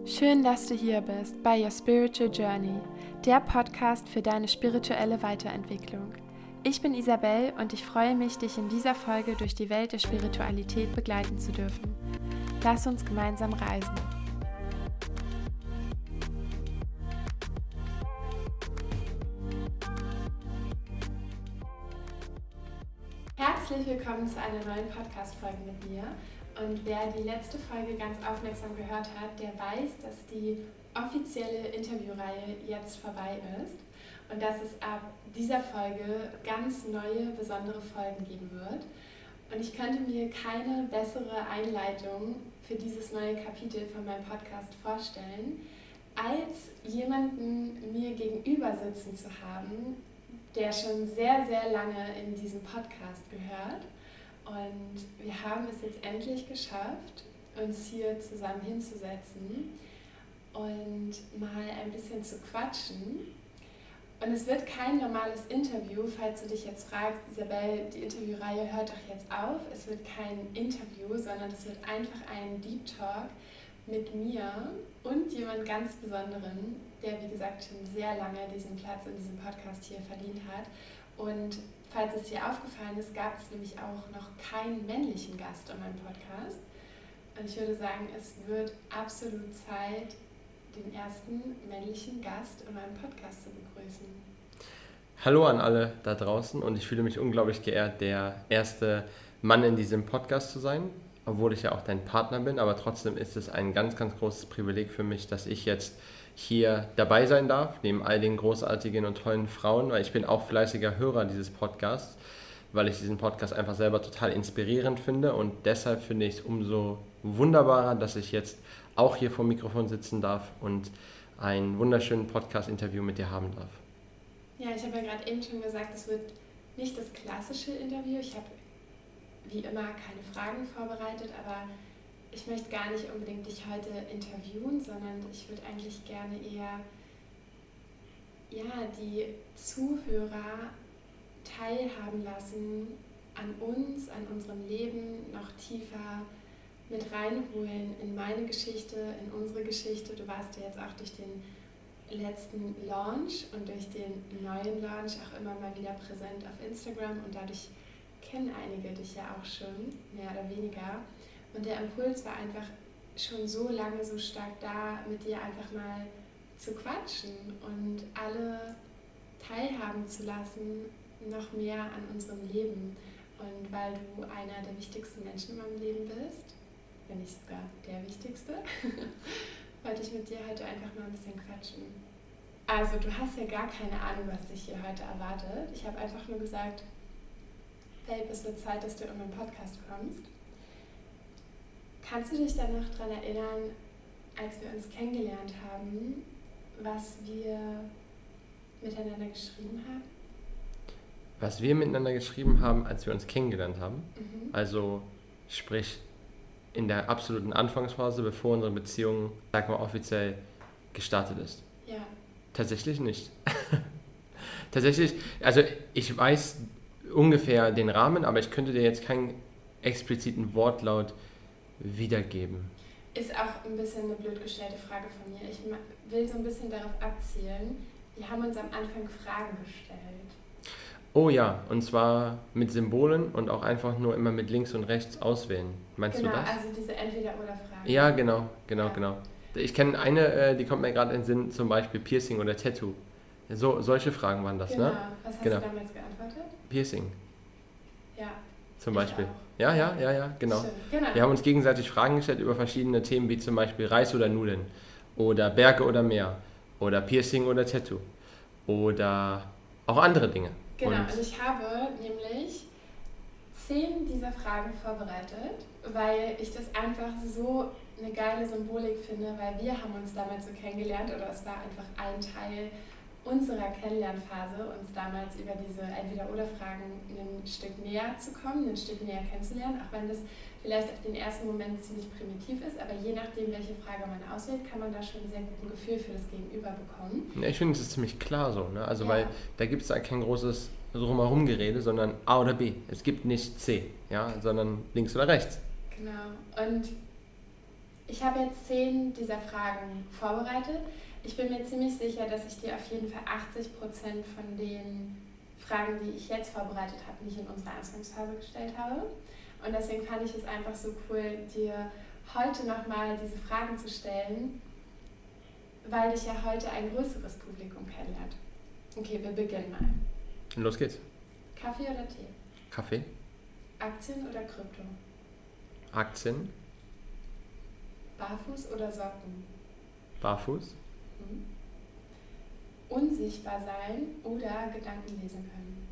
Schön, dass du hier bist bei Your Spiritual Journey, der Podcast für deine spirituelle Weiterentwicklung. Ich bin Isabel und ich freue mich, dich in dieser Folge durch die Welt der Spiritualität begleiten zu dürfen. Lass uns gemeinsam reisen. Herzlich willkommen zu einer neuen Podcast-Folge mit mir. Und wer die letzte Folge ganz aufmerksam gehört hat, der weiß, dass die offizielle Interviewreihe jetzt vorbei ist und dass es ab dieser Folge ganz neue, besondere Folgen geben wird. Und ich könnte mir keine bessere Einleitung für dieses neue Kapitel von meinem Podcast vorstellen, als jemanden mir gegenüber sitzen zu haben, der schon sehr, sehr lange in diesem Podcast gehört. Und wir haben es jetzt endlich geschafft, uns hier zusammen hinzusetzen und mal ein bisschen zu quatschen. Und es wird kein normales Interview, falls du dich jetzt fragst, Isabel, die Interviewreihe hört doch jetzt auf. Es wird kein Interview, sondern es wird einfach ein Deep Talk mit mir und jemand ganz Besonderen, der wie gesagt schon sehr lange diesen Platz in diesem Podcast hier verdient hat. Und falls es dir aufgefallen ist, gab es nämlich auch noch keinen männlichen Gast in meinem Podcast. Und ich würde sagen, es wird absolut Zeit, den ersten männlichen Gast in meinem Podcast zu begrüßen. Hallo an alle da draußen und ich fühle mich unglaublich geehrt, der erste Mann in diesem Podcast zu sein, obwohl ich ja auch dein Partner bin, aber trotzdem ist es ein ganz, ganz großes Privileg für mich, dass ich jetzt hier dabei sein darf, neben all den großartigen und tollen Frauen, weil ich bin auch fleißiger Hörer dieses Podcasts, weil ich diesen Podcast einfach selber total inspirierend finde und deshalb finde ich es umso wunderbarer, dass ich jetzt auch hier vor dem Mikrofon sitzen darf und einen wunderschönen Podcast-Interview mit dir haben darf. Ja, ich habe ja gerade eben schon gesagt, es wird nicht das klassische Interview. Ich habe wie immer keine Fragen vorbereitet, aber ich möchte gar nicht unbedingt dich heute interviewen, sondern ich würde eigentlich gerne eher die Zuhörer teilhaben lassen an uns, an unserem Leben, noch tiefer mit reinholen in meine Geschichte, in unsere Geschichte. Du warst ja jetzt auch durch den letzten Launch und durch den neuen Launch auch immer mal wieder präsent auf Instagram und dadurch kennen einige dich ja auch schon, mehr oder weniger. Und der Impuls war einfach schon so lange so stark da, mit dir einfach mal zu quatschen und alle teilhaben zu lassen, noch mehr an unserem Leben. Und weil du einer der wichtigsten Menschen in meinem Leben bist, wenn nicht sogar der wichtigste, wollte ich mit dir heute einfach mal ein bisschen quatschen. Also du hast ja gar keine Ahnung, was dich hier heute erwartet. Ich habe einfach nur gesagt, Babe, es wird Zeit, dass du in meinen Podcast kommst. Kannst du dich dann noch daran erinnern, als wir uns kennengelernt haben, was wir miteinander geschrieben haben? Was wir miteinander geschrieben haben, als wir uns kennengelernt haben, also sprich in der absoluten Anfangsphase, bevor unsere Beziehung, sag mal, offiziell gestartet ist? Ja. Tatsächlich nicht. Tatsächlich, also ich weiß ungefähr den Rahmen, aber ich könnte dir jetzt keinen expliziten Wortlaut wiedergeben. Ist auch ein bisschen eine blöd gestellte Frage von mir. Ich will so ein bisschen darauf abzielen. Wir haben uns am Anfang Fragen gestellt. Oh ja, und zwar mit Symbolen und auch einfach nur immer mit links und rechts auswählen. Meinst du das? Genau, also diese Entweder-oder-Fragen. Ja, genau. Ich kenne eine, die kommt mir gerade in den Sinn, zum Beispiel Piercing oder Tattoo. Solche Fragen waren das, genau. ne? Was hast du damals geantwortet? Piercing. Ja. Zum Beispiel. Auch. Ja, genau. Genau. Wir haben uns gegenseitig Fragen gestellt über verschiedene Themen, wie zum Beispiel Reis oder Nudeln oder Berge oder Meer oder Piercing oder Tattoo oder auch andere Dinge. Genau, und ich habe nämlich 10 dieser Fragen vorbereitet, weil ich das einfach so eine geile Symbolik finde, weil wir haben uns damals so kennengelernt oder es war einfach ein Teil unserer Kennenlernphase, uns damals über diese Entweder-oder-Fragen ein Stück näher zu kommen, ein Stück näher kennenzulernen, auch wenn das vielleicht auf den ersten Moment ziemlich primitiv ist, aber je nachdem, welche Frage man auswählt, kann man da schon sehr gut ein Gefühl für das Gegenüber bekommen. Ja, ich finde, es ist ziemlich klar so, ne? Also ja. Weil da gibt es da kein großes Drumherum-Gerede, sondern A oder B. Es gibt nicht C, ja, sondern links oder rechts. Genau, und Ich habe jetzt 10 dieser Fragen vorbereitet. Ich bin mir ziemlich sicher, dass ich dir auf jeden Fall 80% von den Fragen, die ich jetzt vorbereitet habe, nicht in unserer Anfangsphase gestellt habe. Und deswegen fand ich es einfach so cool, dir heute nochmal diese Fragen zu stellen, weil dich ja heute ein größeres Publikum kennenlernt. Okay, wir beginnen mal. Los geht's. Kaffee oder Tee? Kaffee, Aktien oder Krypto? Aktien, Barfuß oder Socken? barfuß, Unsichtbar sein oder Gedanken lesen können?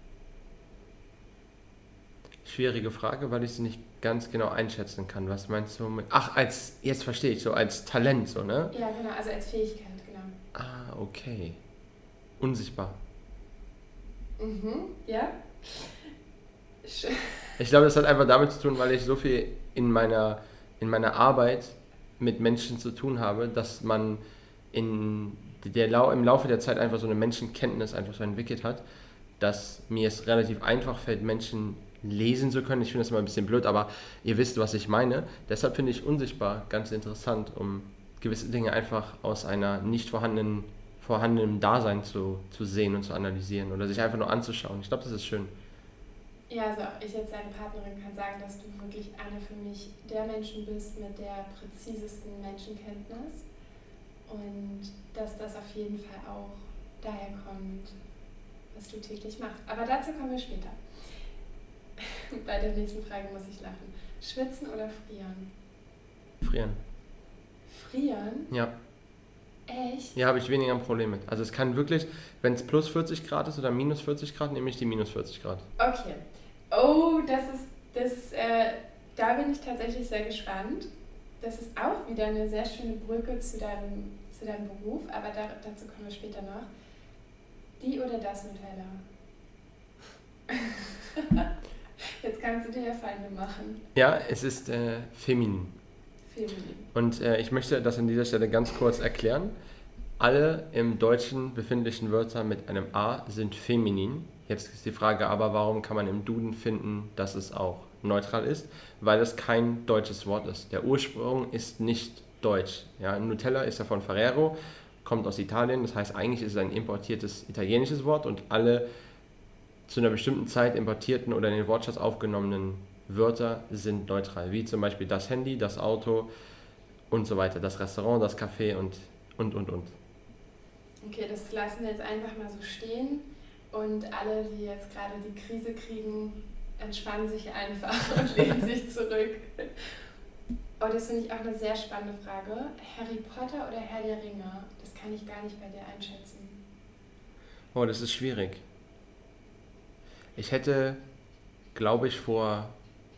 schwierige Frage, weil ich sie nicht ganz genau einschätzen kann. Was meinst du mit... jetzt verstehe ich, so als Talent, so, ne? Ja, genau, also als Fähigkeit, genau. Ah, okay. Unsichtbar. Ja? Ich glaube, das hat einfach damit zu tun, weil ich so viel in meiner Arbeit mit Menschen zu tun habe, dass man im Laufe der Zeit einfach so eine Menschenkenntnis einfach so entwickelt hat, dass mir es relativ einfach fällt, Menschen lesen zu können. Ich finde das immer ein bisschen blöd, aber ihr wisst, was ich meine. Deshalb finde ich unsichtbar ganz interessant, um gewisse Dinge einfach aus einer nicht vorhandenen Dasein zu sehen und zu analysieren oder sich einfach nur anzuschauen. Ich glaube, das ist schön. Ja, also ich jetzt deine Partnerin kann sagen, dass du wirklich eine für mich der Menschen bist mit der präzisesten Menschenkenntnis und dass das auf jeden Fall auch daher kommt, was du täglich machst. Aber dazu kommen wir später. Bei der nächsten Frage muss ich lachen. Schwitzen oder frieren? Frieren. Frieren? Ja. Echt? Hier habe ich weniger ein Problem mit. Also es kann wirklich, wenn es plus 40 Grad ist oder minus 40 Grad, nehme ich die minus 40 Grad. Okay. Oh, da bin ich tatsächlich sehr gespannt. Das ist auch wieder eine sehr schöne Brücke zu deinem Beruf, aber dazu kommen wir später noch. Die oder das Nutella? Jetzt kannst du dir ja Feinde machen. Ja, es ist feminin. Feminin. Und ich möchte das an dieser Stelle ganz kurz erklären. Alle im Deutschen befindlichen Wörter mit einem A sind feminin. Jetzt ist die Frage aber, warum kann man im Duden finden, dass es auch neutral ist? Weil es kein deutsches Wort ist. Der Ursprung ist nicht deutsch. Ja, Nutella ist ja von Ferrero, kommt aus Italien. Das heißt, eigentlich ist es ein importiertes italienisches Wort und alle zu einer bestimmten Zeit importierten oder in den Wortschatz aufgenommenen Wörter sind neutral. Wie zum Beispiel das Handy, das Auto und so weiter. Das Restaurant, das Café und. Okay, das lassen wir jetzt einfach mal so stehen. Und alle, die jetzt gerade die Krise kriegen, entspannen sich einfach und lehnen sich zurück. Oh, das finde ich auch eine sehr spannende Frage. Harry Potter oder Herr der Ringe? Das kann ich gar nicht bei dir einschätzen. Oh, das ist schwierig. Ich hätte, glaube ich, vor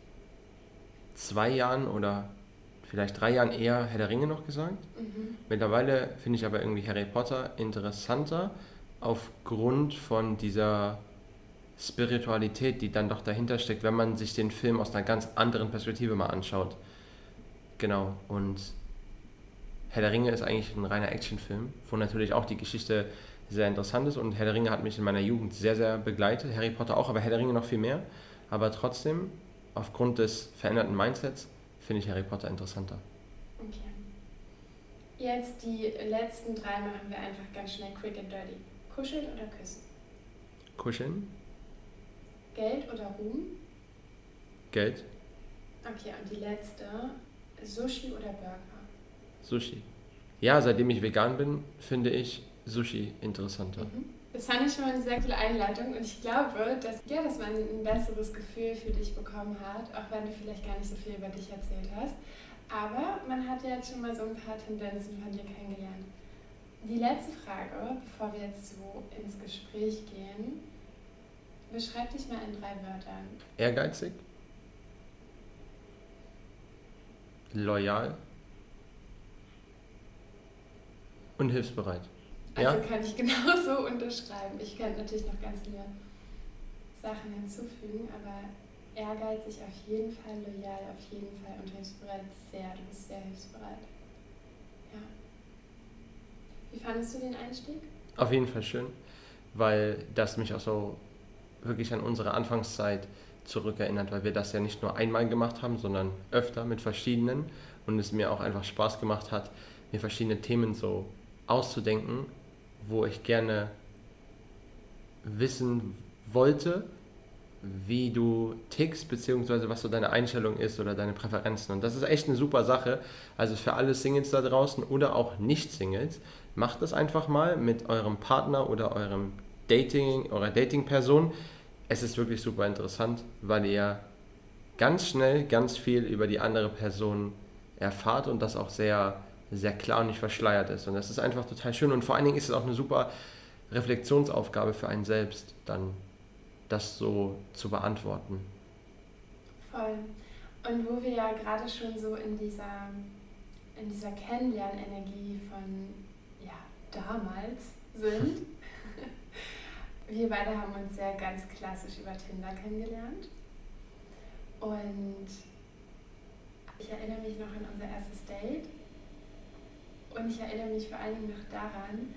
2 Jahren oder vielleicht 3 Jahren eher Herr der Ringe noch gesagt. Mittlerweile finde ich aber irgendwie Harry Potter interessanter aufgrund von dieser Spiritualität, die dann doch dahinter steckt, wenn man sich den Film aus einer ganz anderen Perspektive mal anschaut. Genau, und Herr der Ringe ist eigentlich ein reiner Actionfilm, wo natürlich auch die Geschichte sehr interessant ist und Herr der Ringe hat mich in meiner Jugend sehr, sehr begleitet, Harry Potter auch, aber Herr der Ringe noch viel mehr. Aber trotzdem, aufgrund des veränderten Mindsets, finde ich Harry Potter interessanter. Okay. Jetzt die letzten 3 machen wir einfach ganz schnell quick and dirty. Kuscheln oder küssen? Kuscheln? Geld oder Ruhm? Geld? Okay, und die letzte. Sushi oder Burger? Sushi. Ja, seitdem ich vegan bin, finde ich Sushi interessanter. Das fand ich schon mal eine sehr coole Einleitung und ich glaube, dass man ein besseres Gefühl für dich bekommen hat, auch wenn du vielleicht gar nicht so viel über dich erzählt hast. Aber man hat ja jetzt schon mal so ein paar Tendenzen von dir kennengelernt. Die letzte Frage, bevor wir jetzt so ins Gespräch gehen, beschreib dich mal in 3 Wörtern. Ehrgeizig, loyal und hilfsbereit. Also Ja? kann ich genauso unterschreiben. Ich könnte natürlich noch ganz viele Sachen hinzufügen, aber ehrgeizig auf jeden Fall, loyal auf jeden Fall und hilfsbereit sehr. Du bist sehr hilfsbereit. Ja. Wie fandest du den Einstieg? Auf jeden Fall schön, weil das mich auch so wirklich an unsere Anfangszeit zurückerinnert, weil wir das ja nicht nur einmal gemacht haben, sondern öfter mit verschiedenen und es mir auch einfach Spaß gemacht hat, mir verschiedene Themen so auszudenken, wo ich gerne wissen wollte, wie du tickst, beziehungsweise was so deine Einstellung ist oder deine Präferenzen. Und das ist echt eine super Sache. Also für alle Singles da draußen oder auch Nicht-Singles, macht das einfach mal mit eurem Partner oder eurer Dating-Person. Es ist wirklich super interessant, weil ihr ganz schnell ganz viel über die andere Person erfahrt und das auch sehr, sehr klar und nicht verschleiert ist. Und das ist einfach total schön und vor allen Dingen ist es auch eine super Reflexionsaufgabe für einen selbst, dann das so zu beantworten. Voll. Und wo wir ja gerade schon so in dieser Kennenlernenergie von damals sind, wir beide haben uns ja ganz klassisch über Tinder kennengelernt. Und ich erinnere mich noch an unser erstes Date. Und ich erinnere mich vor allen Dingen noch daran,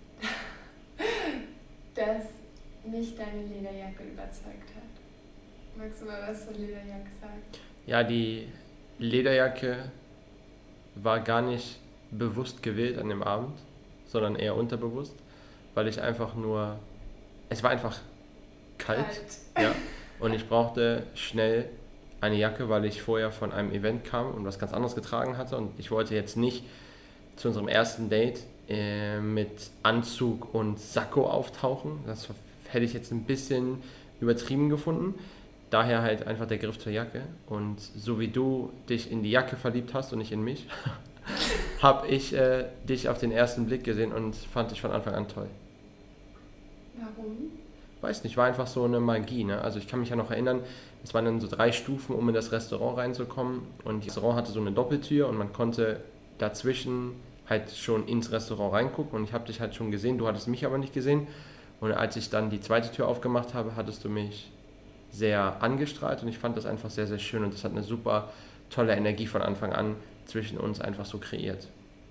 dass mich deine Lederjacke überzeugt hat. Magst du mal was zur Lederjacke sagen? Ja, die Lederjacke war gar nicht bewusst gewählt an dem Abend, sondern eher unterbewusst, weil ich einfach nur, es war einfach kalt. Ja, und ich brauchte schnell eine Jacke, weil ich vorher von einem Event kam und was ganz anderes getragen hatte und ich wollte jetzt nicht zu unserem ersten Date mit Anzug und Sakko auftauchen. Das hätte ich jetzt ein bisschen übertrieben gefunden. Daher halt einfach der Griff zur Jacke. Und so wie du dich in die Jacke verliebt hast und nicht in mich, habe ich dich auf den ersten Blick gesehen und fand dich von Anfang an toll. Warum? Weiß nicht, war einfach so eine Magie. Ne? Also ich kann mich ja noch erinnern, es waren dann so 3 Stufen, um in das Restaurant reinzukommen. Und das Restaurant hatte so eine Doppeltür und man konnte dazwischen halt schon ins Restaurant reingucken. Und ich habe dich halt schon gesehen, du hattest mich aber nicht gesehen. Und als ich dann die zweite Tür aufgemacht habe, hattest du mich sehr angestrahlt und ich fand das einfach sehr, sehr schön und das hat eine super tolle Energie von Anfang an zwischen uns einfach so kreiert.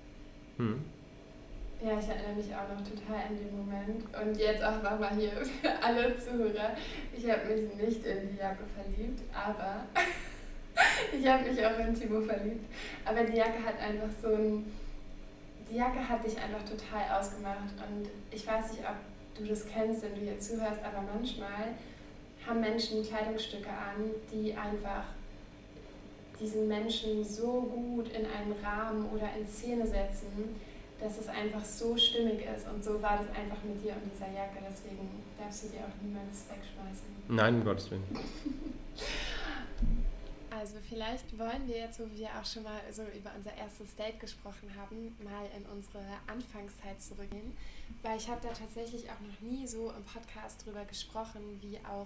Ja, ich erinnere mich auch noch total an den Moment und jetzt auch nochmal hier für alle Zuhörer. Ich habe mich nicht in die Jacke verliebt, aber ich habe mich auch in Timo verliebt. Aber die Jacke hat einfach die Jacke hat dich einfach total ausgemacht und ich weiß nicht, ob du das kennst, wenn du hier zuhörst, aber manchmal haben Menschen Kleidungsstücke an, die einfach diesen Menschen so gut in einen Rahmen oder in Szene setzen, dass es einfach so stimmig ist. Und so war das einfach mit dir und dieser Jacke. Deswegen darfst du die auch niemals wegschmeißen. Nein, um Gottes Willen. Also vielleicht wollen wir jetzt, wo wir auch schon mal so über unser erstes Date gesprochen haben, mal in unsere Anfangszeit zurückgehen. Weil ich habe da tatsächlich auch noch nie so im Podcast drüber gesprochen, wie auch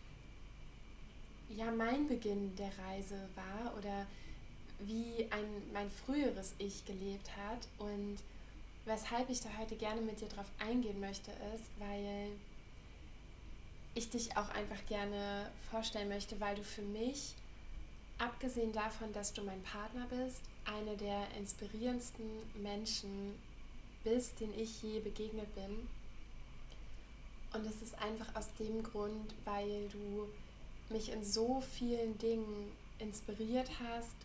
mein Beginn der Reise war oder wie mein früheres Ich gelebt hat. Und weshalb ich da heute gerne mit dir drauf eingehen möchte, ist, weil ich dich auch einfach gerne vorstellen möchte, weil du für mich, abgesehen davon, dass du mein Partner bist, eine der inspirierendsten Menschen bist, den ich je begegnet bin. Und es ist einfach aus dem Grund, weil du mich in so vielen Dingen inspiriert hast,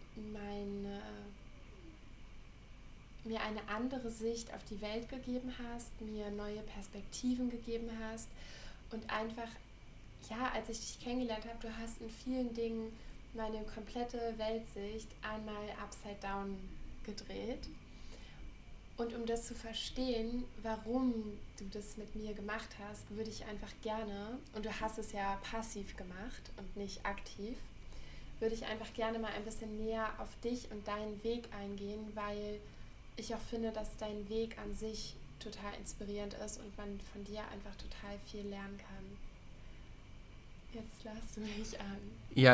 mir eine andere Sicht auf die Welt gegeben hast, mir neue Perspektiven gegeben hast und einfach, als ich dich kennengelernt habe, du hast in vielen Dingen meine komplette Weltsicht einmal upside down gedreht. Und um das zu verstehen, warum du das mit mir gemacht hast, würde ich einfach gerne, und du hast es ja passiv gemacht und nicht aktiv, würde ich einfach gerne mal ein bisschen näher auf dich und deinen Weg eingehen, weil ich auch finde, dass dein Weg an sich total inspirierend ist und man von dir einfach total viel lernen kann. Jetzt lachst du mich an. Ja,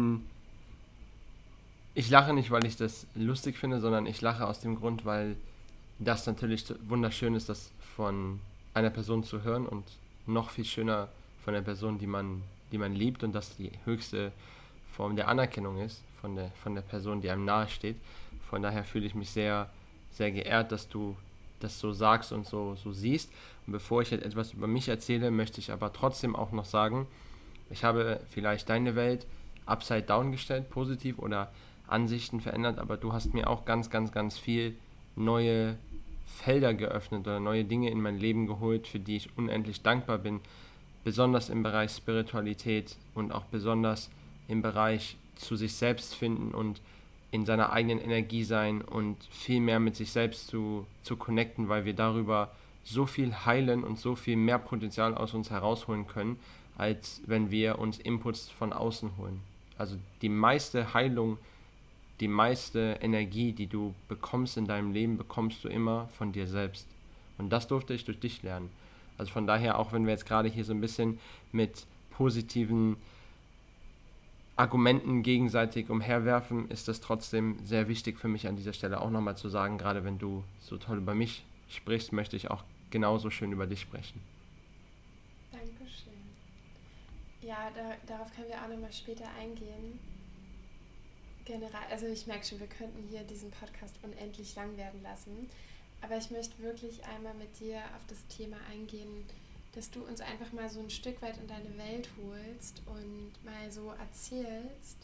ich lache nicht, weil ich das lustig finde, sondern ich lache aus dem Grund, weil das natürlich wunderschön ist, das von einer Person zu hören und noch viel schöner von der Person, die man liebt und das die höchste Form der Anerkennung ist von der Person, die einem nahe steht. Von daher fühle ich mich sehr, sehr geehrt, dass du das so sagst und so siehst. Und bevor ich jetzt etwas über mich erzähle, möchte ich aber trotzdem auch noch sagen, Ich habe vielleicht deine Welt upside down gestellt, positiv oder Ansichten verändert, aber du hast mir auch ganz, ganz, ganz viel neue Felder geöffnet oder neue Dinge in mein Leben geholt, für die ich unendlich dankbar bin, besonders im Bereich Spiritualität und auch besonders im Bereich zu sich selbst finden und in seiner eigenen Energie sein und viel mehr mit sich selbst zu connecten, weil wir darüber so viel heilen und so viel mehr Potenzial aus uns herausholen können, als wenn wir uns Inputs von außen holen. Also die meiste Heilung, die meiste Energie, die du bekommst in deinem Leben, bekommst du immer von dir selbst. Und das durfte ich durch dich lernen. Also von daher, auch wenn wir jetzt gerade hier so ein bisschen mit positiven Argumenten gegenseitig umherwerfen, ist das trotzdem sehr wichtig für mich an dieser Stelle auch nochmal zu sagen, gerade wenn du so toll über mich sprichst, möchte ich auch genauso schön über dich sprechen. Dankeschön. Ja, darauf können wir auch nochmal später eingehen. Generell, also ich merke schon, wir könnten hier diesen Podcast unendlich lang werden lassen, aber ich möchte wirklich einmal mit dir auf das Thema eingehen, dass du uns einfach mal so ein Stück weit in deine Welt holst und mal so erzählst.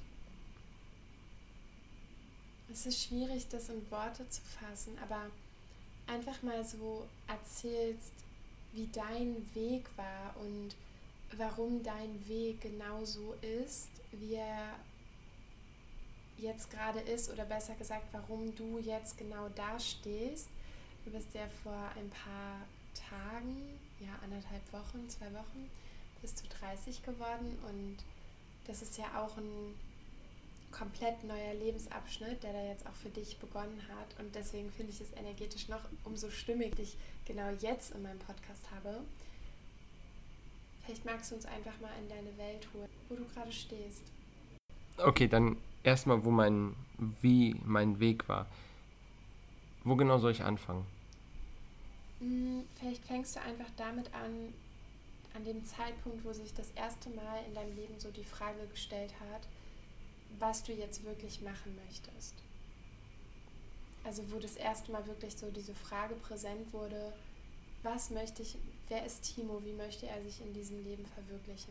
Es ist schwierig, das in Worte zu fassen, aber einfach mal so erzählst, wie dein Weg war und warum dein Weg genau so ist, wie er jetzt gerade ist, oder besser gesagt, warum du jetzt genau da stehst. Du bist ja vor ein paar Tagen, 1,5 Wochen, 2 Wochen, bist du 30 geworden, und das ist ja auch ein komplett neuer Lebensabschnitt, der da jetzt auch für dich begonnen hat, und deswegen finde ich es energetisch noch umso stimmig, dass ich genau jetzt in meinem Podcast habe. Vielleicht magst du uns einfach mal in deine Welt holen, wo du gerade stehst. Okay, dann erstmal, wie mein Weg war. Wo genau soll ich anfangen? Vielleicht fängst du einfach damit an dem Zeitpunkt, wo sich das erste Mal in deinem Leben so die Frage gestellt hat, was du jetzt wirklich machen möchtest. Also wo das erste Mal wirklich so diese Frage präsent wurde, was möchte ich, wer ist Timo, wie möchte er sich in diesem Leben verwirklichen?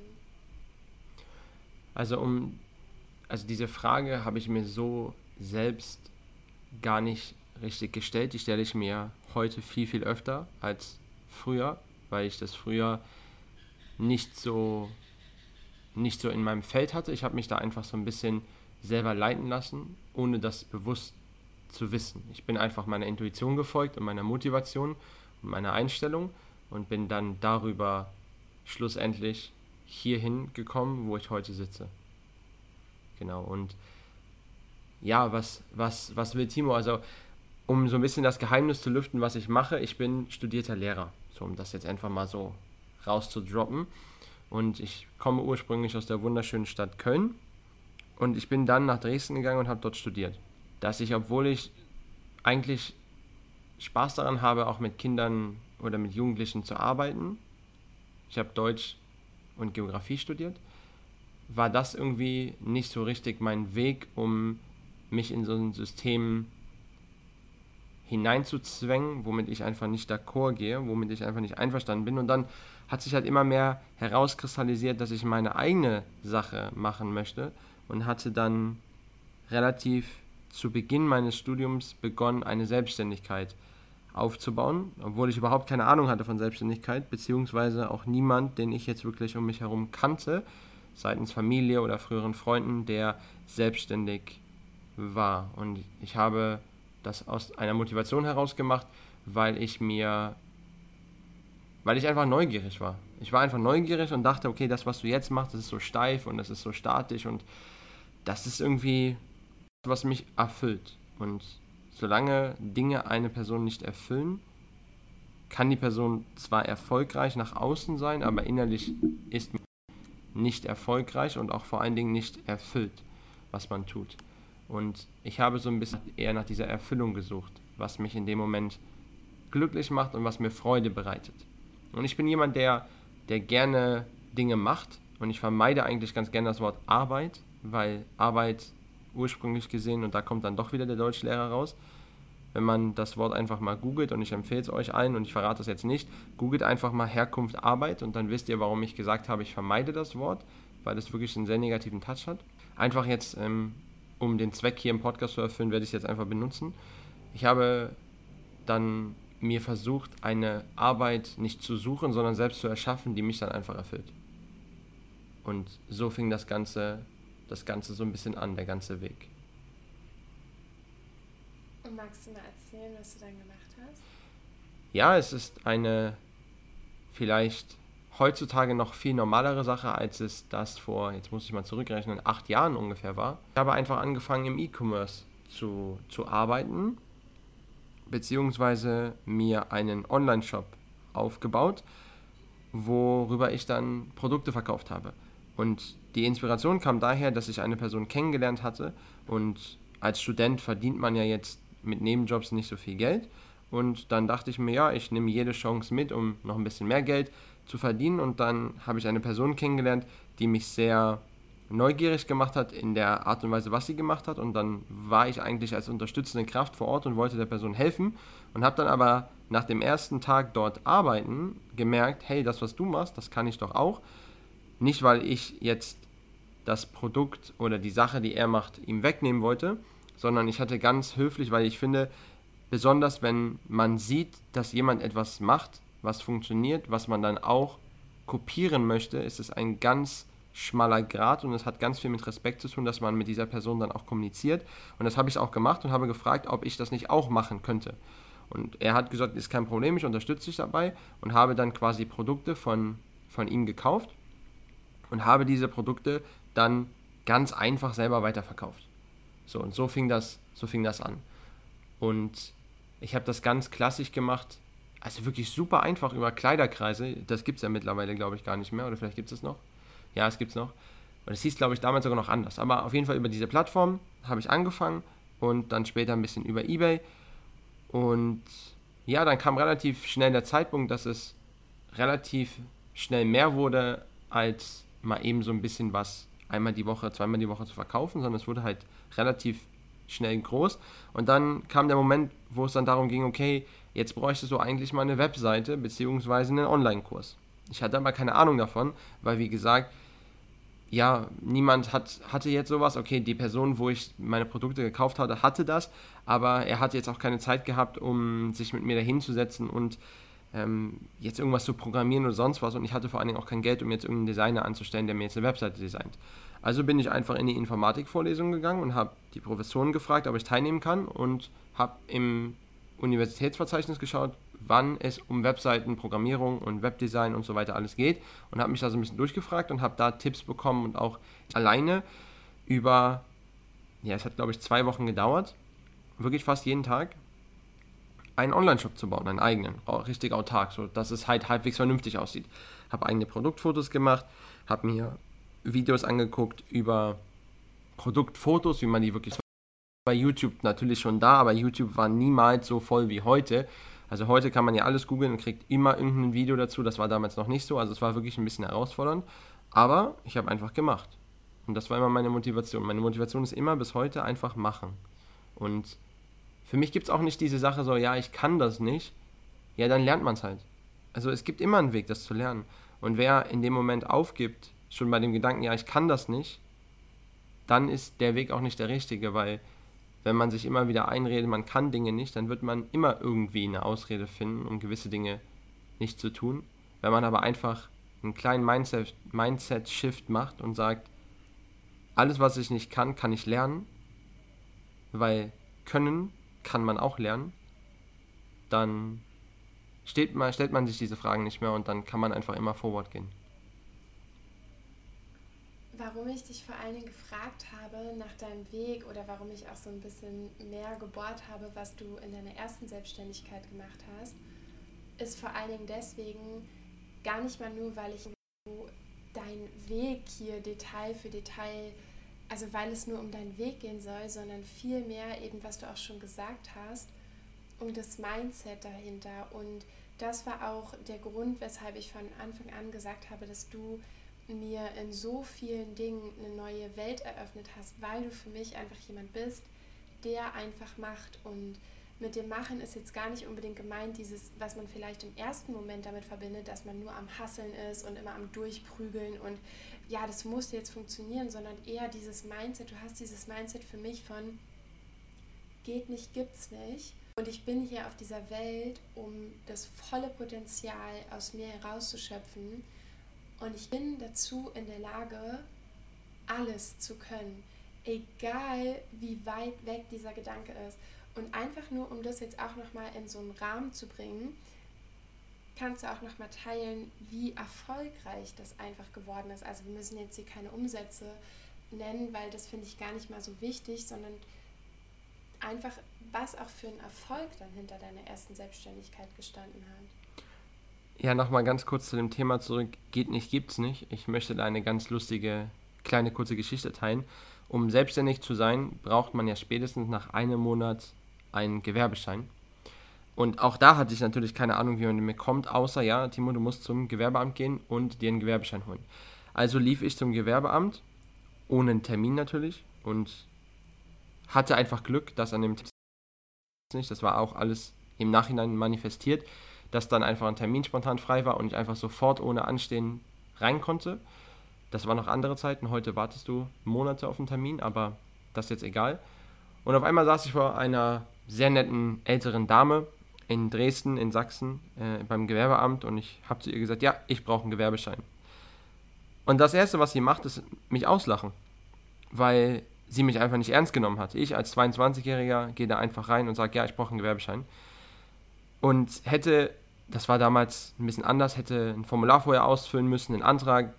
Also diese Frage habe ich mir so selbst gar nicht richtig gestellt. Die stelle ich mir heute viel, viel öfter als früher, weil ich das früher nicht so in meinem Feld hatte. Ich habe mich da einfach so ein bisschen selber leiten lassen, ohne das bewusst zu wissen. Ich bin einfach meiner Intuition gefolgt und meiner Motivation und meiner Einstellung und bin dann darüber schlussendlich hierhin gekommen, wo ich heute sitze. Genau, und ja, was will Timo? Also, um so ein bisschen das Geheimnis zu lüften, was ich mache, ich bin studierter Lehrer, so um das jetzt einfach mal so rauszudroppen. Und ich komme ursprünglich aus der wunderschönen Stadt Köln und ich bin dann nach Dresden gegangen und habe dort studiert. Dass ich, obwohl ich eigentlich Spaß daran habe, auch mit Kindern oder mit Jugendlichen zu arbeiten, ich habe Deutsch und Geografie studiert, war das irgendwie nicht so richtig mein Weg, um mich in so ein System hineinzuzwängen, womit ich einfach nicht d'accord gehe, womit ich einfach nicht einverstanden bin. Und dann hat sich halt immer mehr herauskristallisiert, dass ich meine eigene Sache machen möchte, und hatte dann relativ zu Beginn meines Studiums begonnen, eine Selbstständigkeit aufzubauen, obwohl ich überhaupt keine Ahnung hatte von Selbstständigkeit, beziehungsweise auch niemand, den ich jetzt wirklich um mich herum kannte, seitens Familie oder früheren Freunden, der selbstständig war. Und ich habe das aus einer Motivation heraus gemacht, weil ich einfach neugierig war. Ich war einfach neugierig und dachte, okay, das, was du jetzt machst, das ist so steif und das ist so statisch und das ist irgendwie, was mich erfüllt. Und solange Dinge eine Person nicht erfüllen, kann die Person zwar erfolgreich nach außen sein, aber innerlich ist man nicht erfolgreich und auch vor allen Dingen nicht erfüllt, was man tut. Und ich habe so ein bisschen eher nach dieser Erfüllung gesucht, was mich in dem Moment glücklich macht und was mir Freude bereitet. Und ich bin jemand, der gerne Dinge macht, und ich vermeide eigentlich ganz gerne das Wort Arbeit, weil Arbeit ursprünglich gesehen, und da kommt dann doch wieder der Deutschlehrer raus, wenn man das Wort einfach mal googelt, und ich empfehle es euch allen und ich verrate es jetzt nicht, googelt einfach mal Herkunft Arbeit und dann wisst ihr, warum ich gesagt habe, ich vermeide das Wort, weil das wirklich einen sehr negativen Touch hat. Einfach jetzt, um den Zweck hier im Podcast zu erfüllen, werde ich es jetzt einfach benutzen. Ich habe dann mir versucht, eine Arbeit nicht zu suchen, sondern selbst zu erschaffen, die mich dann einfach erfüllt. Und so fing das Ganze so ein bisschen an, der ganze Weg. Und magst du mal erzählen, was du dann gemacht hast? Ja, es ist eine vielleicht heutzutage noch viel normalere Sache, als es das vor, jetzt muss ich mal zurückrechnen, 8 Jahren ungefähr war. Ich habe einfach angefangen im E-Commerce zu arbeiten, beziehungsweise mir einen Online-Shop aufgebaut, worüber ich dann Produkte verkauft habe. Und die Inspiration kam daher, dass ich eine Person kennengelernt hatte, und als Student verdient man ja jetzt mit Nebenjobs nicht so viel Geld, und dann dachte ich mir, ja, ich nehme jede Chance mit, um noch ein bisschen mehr Geld zu verdienen, und dann habe ich eine Person kennengelernt, die mich sehr neugierig gemacht hat in der Art und Weise, was sie gemacht hat, und dann war ich eigentlich als unterstützende Kraft vor Ort und wollte der Person helfen und habe dann aber nach dem ersten Tag dort arbeiten gemerkt, hey, das, was du machst, das kann ich doch auch. Nicht, weil ich jetzt das Produkt oder die Sache, die er macht, ihm wegnehmen wollte, sondern ich hatte ganz höflich, weil ich finde, besonders wenn man sieht, dass jemand etwas macht, was funktioniert, was man dann auch kopieren möchte, ist es ein ganz schmaler Grat, und es hat ganz viel mit Respekt zu tun, dass man mit dieser Person dann auch kommuniziert. Und das habe ich auch gemacht und habe gefragt, ob ich das nicht auch machen könnte. Und er hat gesagt, ist kein Problem, ich unterstütze dich dabei, und habe dann quasi Produkte von ihm gekauft und habe diese Produkte dann ganz einfach selber weiterverkauft. So, und so fing das an. Und ich habe das ganz klassisch gemacht, also wirklich super einfach über Kleiderkreise. Das gibt es ja mittlerweile, glaube ich, gar nicht mehr. Oder vielleicht gibt es noch. Ja, es gibt es noch. Und es hieß, glaube ich, damals sogar noch anders. Aber auf jeden Fall über diese Plattform habe ich angefangen und dann später ein bisschen über eBay. Und ja, dann kam relativ schnell der Zeitpunkt, dass es relativ schnell mehr wurde, als mal eben so ein bisschen was einmal die Woche, zweimal die Woche zu verkaufen, sondern es wurde halt relativ schnell groß. Und dann kam der Moment, wo es dann darum ging, okay, jetzt bräuchtest du eigentlich mal eine Webseite beziehungsweise einen Online-Kurs. Ich hatte aber keine Ahnung davon, weil wie gesagt, ja, niemand hatte jetzt sowas. Okay, die Person, wo ich meine Produkte gekauft hatte, hatte das, aber er hat jetzt auch keine Zeit gehabt, um sich mit mir dahin zu setzen und jetzt irgendwas zu programmieren oder sonst was, und ich hatte vor allen Dingen auch kein Geld, um jetzt irgendeinen Designer anzustellen, der mir jetzt eine Webseite designt. Also bin ich einfach in die Informatikvorlesung gegangen und habe die Professoren gefragt, ob ich teilnehmen kann, und habe im Universitätsverzeichnis geschaut, wann es um Webseiten, Programmierung und Webdesign und so weiter alles geht, und habe mich da so ein bisschen durchgefragt und habe da Tipps bekommen und auch alleine über, ja, es hat glaube ich 2 Wochen gedauert, wirklich fast jeden Tag, einen Online-Shop zu bauen, einen eigenen, richtig autark, so dass es halt halbwegs vernünftig aussieht. Habe eigene Produktfotos gemacht, habe mir Videos angeguckt über Produktfotos, wie man die wirklich bei YouTube natürlich schon da, aber YouTube war niemals so voll wie heute. Also heute kann man ja alles googeln und kriegt immer irgendein Video dazu, das war damals noch nicht so, also es war wirklich ein bisschen herausfordernd, aber ich habe einfach gemacht. Und das war immer meine Motivation. Meine Motivation ist immer bis heute einfach machen. Und für mich gibt es auch nicht diese Sache so, ja, ich kann das nicht, ja, dann lernt man es halt. Also es gibt immer einen Weg, das zu lernen. Und wer in dem Moment aufgibt, schon bei dem Gedanken, ja, ich kann das nicht, dann ist der Weg auch nicht der richtige, weil wenn man sich immer wieder einredet, man kann Dinge nicht, dann wird man immer irgendwie eine Ausrede finden, um gewisse Dinge nicht zu tun. Wenn man aber einfach einen kleinen Mindset-Shift macht und sagt, alles, was ich nicht kann, kann ich lernen, weil können kann man auch lernen, dann stellt man sich diese Fragen nicht mehr, und dann kann man einfach immer forward gehen. Warum ich dich vor allen Dingen gefragt habe nach deinem Weg oder warum ich auch so ein bisschen mehr gebohrt habe, was du in deiner ersten Selbstständigkeit gemacht hast, ist vor allen Dingen deswegen gar nicht mal nur, weil ich deinen Weg hier Detail für Detail, also weil es nur um deinen Weg gehen soll, sondern vielmehr eben, was du auch schon gesagt hast, um das Mindset dahinter. Und das war auch der Grund, weshalb ich von Anfang an gesagt habe, dass du mir in so vielen Dingen eine neue Welt eröffnet hast, weil du für mich einfach jemand bist, der einfach macht und mit dem Machen ist jetzt gar nicht unbedingt gemeint, dieses, was man vielleicht im ersten Moment damit verbindet, dass man nur am Hasseln ist und immer am Durchprügeln und ja, das muss jetzt funktionieren, sondern eher dieses Mindset, du hast dieses Mindset für mich von geht nicht, gibt's nicht. Und ich bin hier auf dieser Welt, um das volle Potenzial aus mir herauszuschöpfen. Und ich bin dazu in der Lage, alles zu können. Egal, wie weit weg dieser Gedanke ist. Und einfach nur, um das jetzt auch nochmal in so einen Rahmen zu bringen, kannst du auch nochmal teilen, wie erfolgreich das einfach geworden ist. Also wir müssen jetzt hier keine Umsätze nennen, weil das finde ich gar nicht mal so wichtig, sondern einfach, was auch für ein Erfolg dann hinter deiner ersten Selbstständigkeit gestanden hat. Ja, nochmal ganz kurz zu dem Thema zurück. Geht nicht, gibt's nicht. Ich möchte da eine ganz lustige, kleine, kurze Geschichte teilen. Um selbstständig zu sein, braucht man ja spätestens nach einem Monat einen Gewerbeschein. Und auch da hatte ich natürlich keine Ahnung, wie man den bekommt, außer, ja, Timo, du musst zum Gewerbeamt gehen und dir einen Gewerbeschein holen. Also lief ich zum Gewerbeamt, ohne einen Termin natürlich, und hatte einfach Glück, dass an dem Tag nicht, das war auch alles im Nachhinein manifestiert, dass dann einfach ein Termin spontan frei war und ich einfach sofort ohne Anstehen rein konnte. Das waren noch andere Zeiten, heute wartest du Monate auf einen Termin, aber das ist jetzt egal. Und auf einmal saß ich vor einer sehr netten älteren Dame in Dresden, in Sachsen, beim Gewerbeamt und ich habe zu ihr gesagt, ja, ich brauche einen Gewerbeschein. Und das Erste, was sie macht, ist mich auslachen, weil sie mich einfach nicht ernst genommen hat. Ich als 22-Jähriger gehe da einfach rein und sage, ja, ich brauche einen Gewerbeschein. Und hätte, das war damals ein bisschen anders, hätte ein Formular vorher ausfüllen müssen, einen Antrag.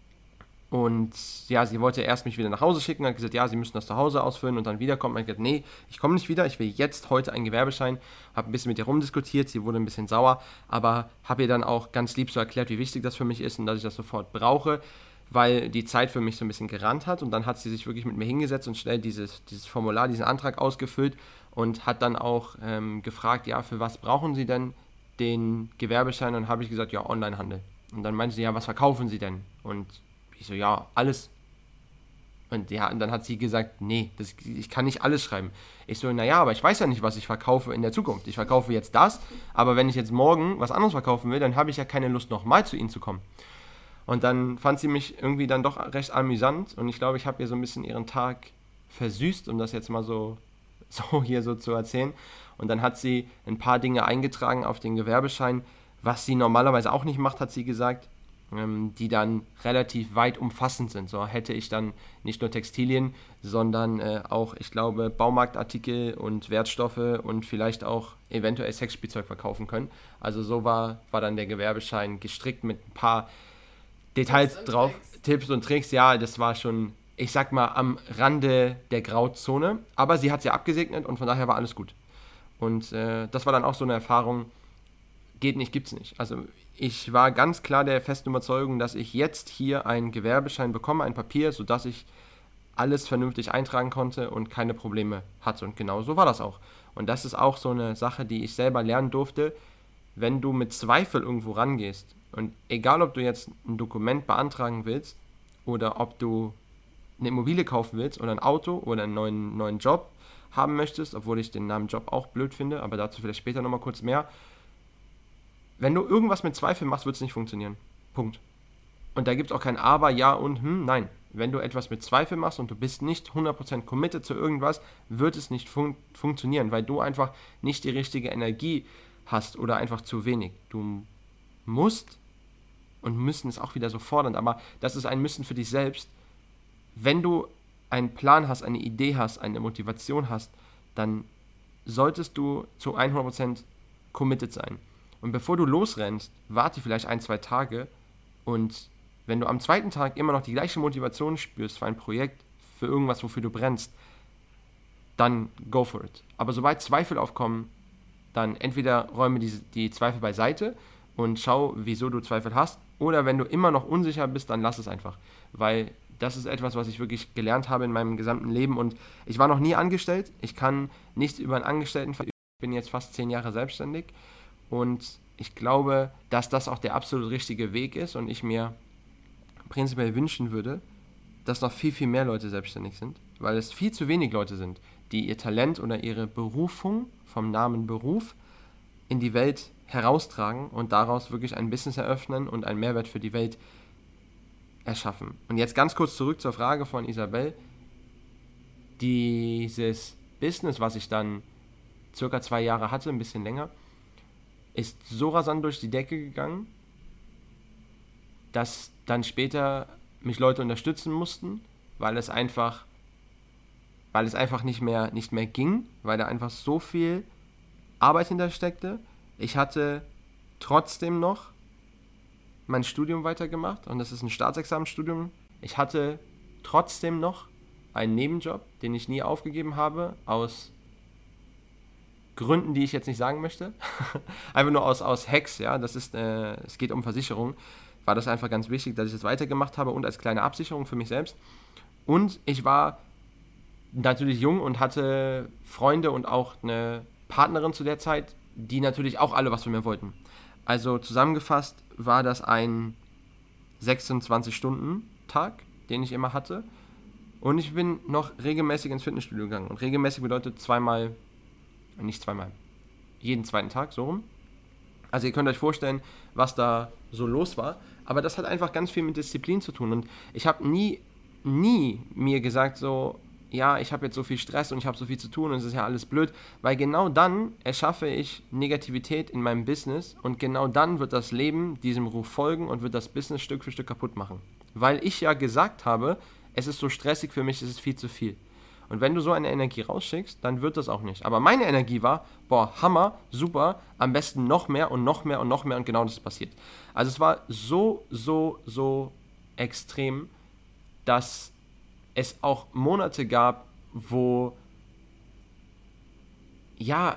Und ja, sie wollte erst mich wieder nach Hause schicken, hat gesagt, ja, sie müssen das zu Hause ausfüllen und dann wiederkommen. Und ich habe gesagt, nee, ich komme nicht wieder, ich will jetzt heute einen Gewerbeschein. Habe ein bisschen mit ihr rumdiskutiert, sie wurde ein bisschen sauer, aber habe ihr dann auch ganz lieb so erklärt, wie wichtig das für mich ist und dass ich das sofort brauche, weil die Zeit für mich so ein bisschen gerannt hat. Und dann hat sie sich wirklich mit mir hingesetzt und schnell dieses Formular, diesen Antrag ausgefüllt und hat dann auch gefragt, ja, für was brauchen Sie denn den Gewerbeschein? Und dann habe ich gesagt, ja, Onlinehandel. Und dann meinte sie, ja, was verkaufen Sie denn? Und ich so, ja, alles. Und ja, und dann hat sie gesagt, nee, ich kann nicht alles schreiben. Ich so, naja, aber ich weiß ja nicht, was ich verkaufe in der Zukunft. Ich verkaufe jetzt das, aber wenn ich jetzt morgen was anderes verkaufen will, dann habe ich ja keine Lust, nochmal zu Ihnen zu kommen. Und dann fand sie mich irgendwie dann doch recht amüsant und ich glaube, ich habe ihr so ein bisschen ihren Tag versüßt, um das jetzt mal so hier so zu erzählen. Und dann hat sie ein paar Dinge eingetragen auf den Gewerbeschein, was sie normalerweise auch nicht macht, hat sie gesagt, die dann relativ weit umfassend sind. So hätte ich dann nicht nur Textilien, sondern auch, ich glaube, Baumarktartikel und Wertstoffe und vielleicht auch eventuell Sexspielzeug verkaufen können. Also so war dann der Gewerbeschein gestrickt mit ein paar Details drauf, Tipps und Tricks. Ja, das war schon, ich sag mal, am Rande der Grauzone, aber sie hat sie abgesegnet und von daher war alles gut. Und das war dann auch so eine Erfahrung, geht nicht, gibt's nicht. Also ich war ganz klar der festen Überzeugung, dass ich jetzt hier einen Gewerbeschein bekomme, ein Papier, sodass ich alles vernünftig eintragen konnte und keine Probleme hatte. Und genau so war das auch. Und das ist auch so eine Sache, die ich selber lernen durfte, wenn du mit Zweifel irgendwo rangehst. Und egal, ob du jetzt ein Dokument beantragen willst oder ob du eine Immobilie kaufen willst oder ein Auto oder einen neuen Job haben möchtest, obwohl ich den Namen Job auch blöd finde, aber dazu vielleicht später nochmal kurz mehr. Wenn du irgendwas mit Zweifel machst, wird es nicht funktionieren. Punkt. Und da gibt es auch kein Aber, Ja und Nein. Wenn du etwas mit Zweifel machst und du bist nicht 100% committed zu irgendwas, wird es nicht funktionieren, weil du einfach nicht die richtige Energie hast oder einfach zu wenig. Du musst, und müssen ist auch wieder so fordernd, aber das ist ein Müssen für dich selbst. Wenn du einen Plan hast, eine Idee hast, eine Motivation hast, dann solltest du zu 100% committed sein. Und bevor du losrennst, warte vielleicht 1-2 Tage und wenn du am zweiten Tag immer noch die gleiche Motivation spürst für ein Projekt, für irgendwas, wofür du brennst, dann go for it. Aber sobald Zweifel aufkommen, dann entweder räume die Zweifel beiseite und schau, wieso du Zweifel hast, oder wenn du immer noch unsicher bist, dann lass es einfach. Weil das ist etwas, was ich wirklich gelernt habe in meinem gesamten Leben und ich war noch nie angestellt, ich kann nichts über einen Angestellten verstehen, ich bin jetzt fast 10 Jahre selbstständig und ich glaube, dass das auch der absolut richtige Weg ist und ich mir prinzipiell wünschen würde, dass noch viel, viel mehr Leute selbstständig sind, weil es viel zu wenig Leute sind, die ihr Talent oder ihre Berufung vom Namen Beruf in die Welt heraustragen und daraus wirklich ein Business eröffnen und einen Mehrwert für die Welt erschaffen. Und jetzt ganz kurz zurück zur Frage von Isabel. Dieses Business, was ich dann circa 2 Jahre hatte, ein bisschen länger, ist so rasant durch die Decke gegangen, dass dann später mich Leute unterstützen mussten, weil es einfach nicht mehr ging, weil da einfach so viel Arbeit hintersteckte. Ich hatte trotzdem noch mein Studium weitergemacht und das ist ein Staatsexamenstudium. Ich hatte trotzdem noch einen Nebenjob, den ich nie aufgegeben habe, aus Gründen, die ich jetzt nicht sagen möchte. Einfach nur aus Hacks, ja, es geht um Versicherung. War das einfach ganz wichtig, dass ich das weitergemacht habe und als kleine Absicherung für mich selbst. Und ich war natürlich jung und hatte Freunde und auch eine Partnerin zu der Zeit, die natürlich auch alle was von mir wollten. Also zusammengefasst war das ein 26-Stunden-Tag, den ich immer hatte. Und ich bin noch regelmäßig ins Fitnessstudio gegangen. Und regelmäßig bedeutet jeden zweiten Tag, so rum. Also ihr könnt euch vorstellen, was da so los war. Aber das hat einfach ganz viel mit Disziplin zu tun. Und ich habe nie mir gesagt so, ja, ich habe jetzt so viel Stress und ich habe so viel zu tun und es ist ja alles blöd. Weil genau dann erschaffe ich Negativität in meinem Business und genau dann wird das Leben diesem Ruf folgen und wird das Business Stück für Stück kaputt machen. Weil ich ja gesagt habe, es ist so stressig für mich, es ist viel zu viel. Und wenn du so eine Energie rausschickst, dann wird das auch nicht. Aber meine Energie war, Hammer, super, am besten noch mehr und noch mehr und noch mehr und genau das ist passiert. Also es war so extrem, dass es auch Monate gab, wo, ja,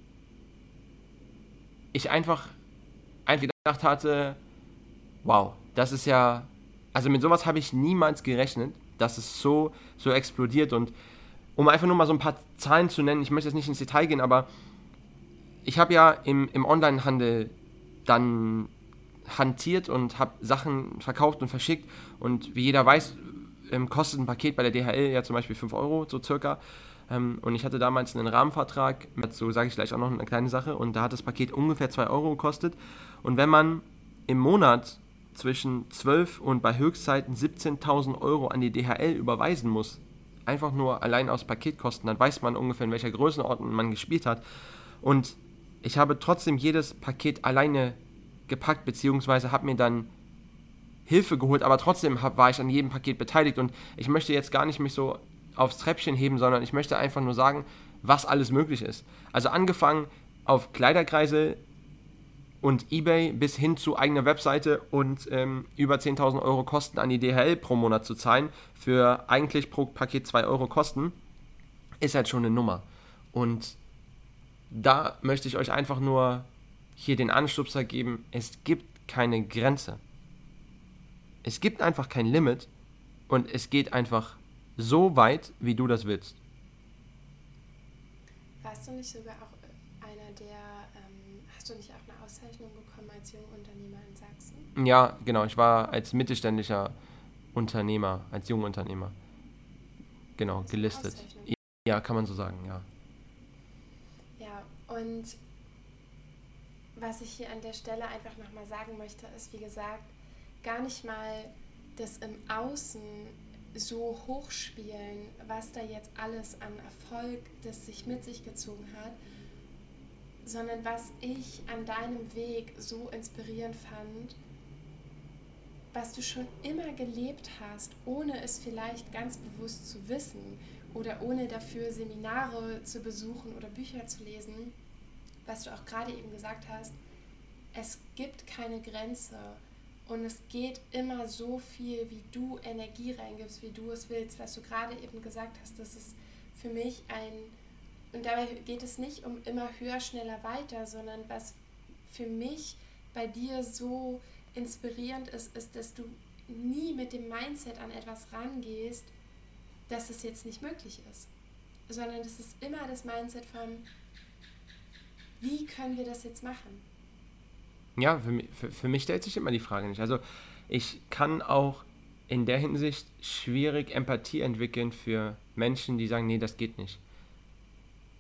ich einfach gedacht hatte, wow, das ist ja, also mit sowas habe ich niemals gerechnet, dass es so explodiert. Und um einfach nur mal so ein paar Zahlen zu nennen, ich möchte jetzt nicht ins Detail gehen, aber ich habe ja im Onlinehandel dann hantiert und habe Sachen verkauft und verschickt und wie jeder weiß, kostet ein Paket bei der DHL ja zum Beispiel 5 Euro, so circa. Und ich hatte damals einen Rahmenvertrag, dazu sage ich gleich auch noch eine kleine Sache, und da hat das Paket ungefähr 2 Euro gekostet. Und wenn man im Monat zwischen 12 und bei Höchstzeiten 17.000 Euro an die DHL überweisen muss, einfach nur allein aus Paketkosten, dann weiß man ungefähr, in welcher Größenordnung man gespielt hat. Und ich habe trotzdem jedes Paket alleine gepackt, beziehungsweise habe mir dann Hilfe geholt, aber trotzdem war ich an jedem Paket beteiligt und ich möchte jetzt gar nicht mich so aufs Treppchen heben, sondern ich möchte einfach nur sagen, was alles möglich ist. Also angefangen auf Kleiderkreise und eBay bis hin zu eigener Webseite und über 10.000 Euro Kosten an die DHL pro Monat zu zahlen, für eigentlich pro Paket 2 Euro Kosten, ist halt schon eine Nummer. Und da möchte ich euch einfach nur hier den Anstupser geben, es gibt keine Grenze. Es gibt einfach kein Limit und es geht einfach so weit, wie du das willst. Warst du nicht sogar auch hast du nicht auch eine Auszeichnung bekommen als Jungunternehmer in Sachsen? Ja, genau, ich war als mittelständischer Unternehmer, als Jungunternehmer, genau, gelistet. Ja, kann man so sagen, ja. Ja, und was ich hier an der Stelle einfach nochmal sagen möchte, ist, wie gesagt, gar nicht mal das im Außen so hochspielen, was da jetzt alles an Erfolg, das sich mit sich gezogen hat, sondern was ich an deinem Weg so inspirierend fand, was du schon immer gelebt hast, ohne es vielleicht ganz bewusst zu wissen oder ohne dafür Seminare zu besuchen oder Bücher zu lesen, was du auch gerade eben gesagt hast, es gibt keine Grenze. Und es geht immer so viel, wie du Energie reingibst, wie du es willst. Was du gerade eben gesagt hast, das ist für mich und dabei geht es nicht um immer höher, schneller, weiter, sondern was für mich bei dir so inspirierend ist, dass du nie mit dem Mindset an etwas rangehst, dass es jetzt nicht möglich ist. Sondern es ist immer das Mindset von, wie können wir das jetzt machen? Ja, für mich stellt sich immer die Frage nicht. Also ich kann auch in der Hinsicht schwierig Empathie entwickeln für Menschen, die sagen, nee, das geht nicht.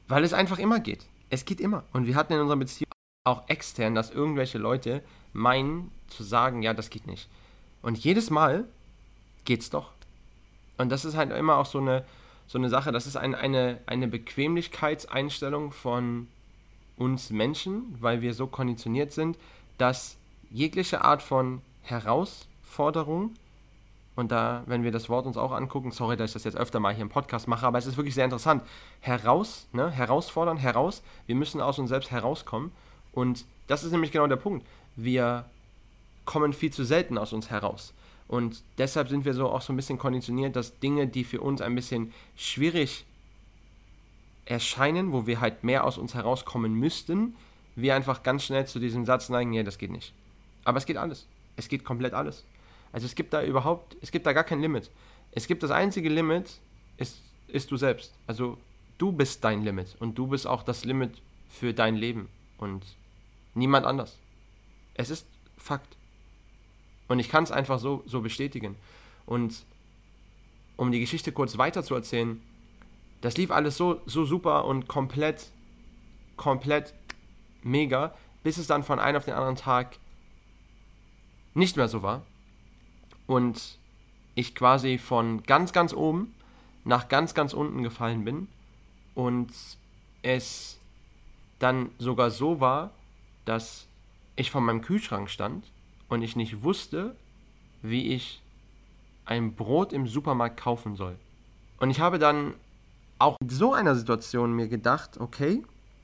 Weil es einfach immer geht. Es geht immer. Und wir hatten in unserer Beziehung auch extern, dass irgendwelche Leute meinen zu sagen, ja, das geht nicht. Und jedes Mal geht's doch. Und das ist halt immer auch so eine Sache, das ist eine Bequemlichkeitseinstellung von uns Menschen, weil wir so konditioniert sind, dass jegliche Art von Herausforderung, und da, wenn wir das Wort uns auch angucken, sorry, dass ich das jetzt öfter mal hier im Podcast mache, aber es ist wirklich sehr interessant, herausfordern, wir müssen aus uns selbst herauskommen, und das ist nämlich genau der Punkt, wir kommen viel zu selten aus uns heraus. Und deshalb sind wir so auch so ein bisschen konditioniert, dass Dinge, die für uns ein bisschen schwierig erscheinen, wo wir halt mehr aus uns herauskommen müssten, wir einfach ganz schnell zu diesem Satz neigen, ja, das geht nicht. Aber es geht alles. Es geht komplett alles. Also es gibt da gar kein Limit. Das einzige Limit ist du selbst. Also du bist dein Limit und du bist auch das Limit für dein Leben und niemand anders. Es ist Fakt. Und ich kann es einfach so bestätigen. Und um die Geschichte kurz weiter zu erzählen, das lief alles so super und komplett mega, bis es dann von einem auf den anderen Tag nicht mehr so war. Und ich quasi von ganz, ganz oben nach ganz, ganz unten gefallen bin. Und es dann sogar so war, dass ich vor meinem Kühlschrank stand und ich nicht wusste, wie ich ein Brot im Supermarkt kaufen soll. Und ich habe dann auch in so einer Situation mir gedacht, okay,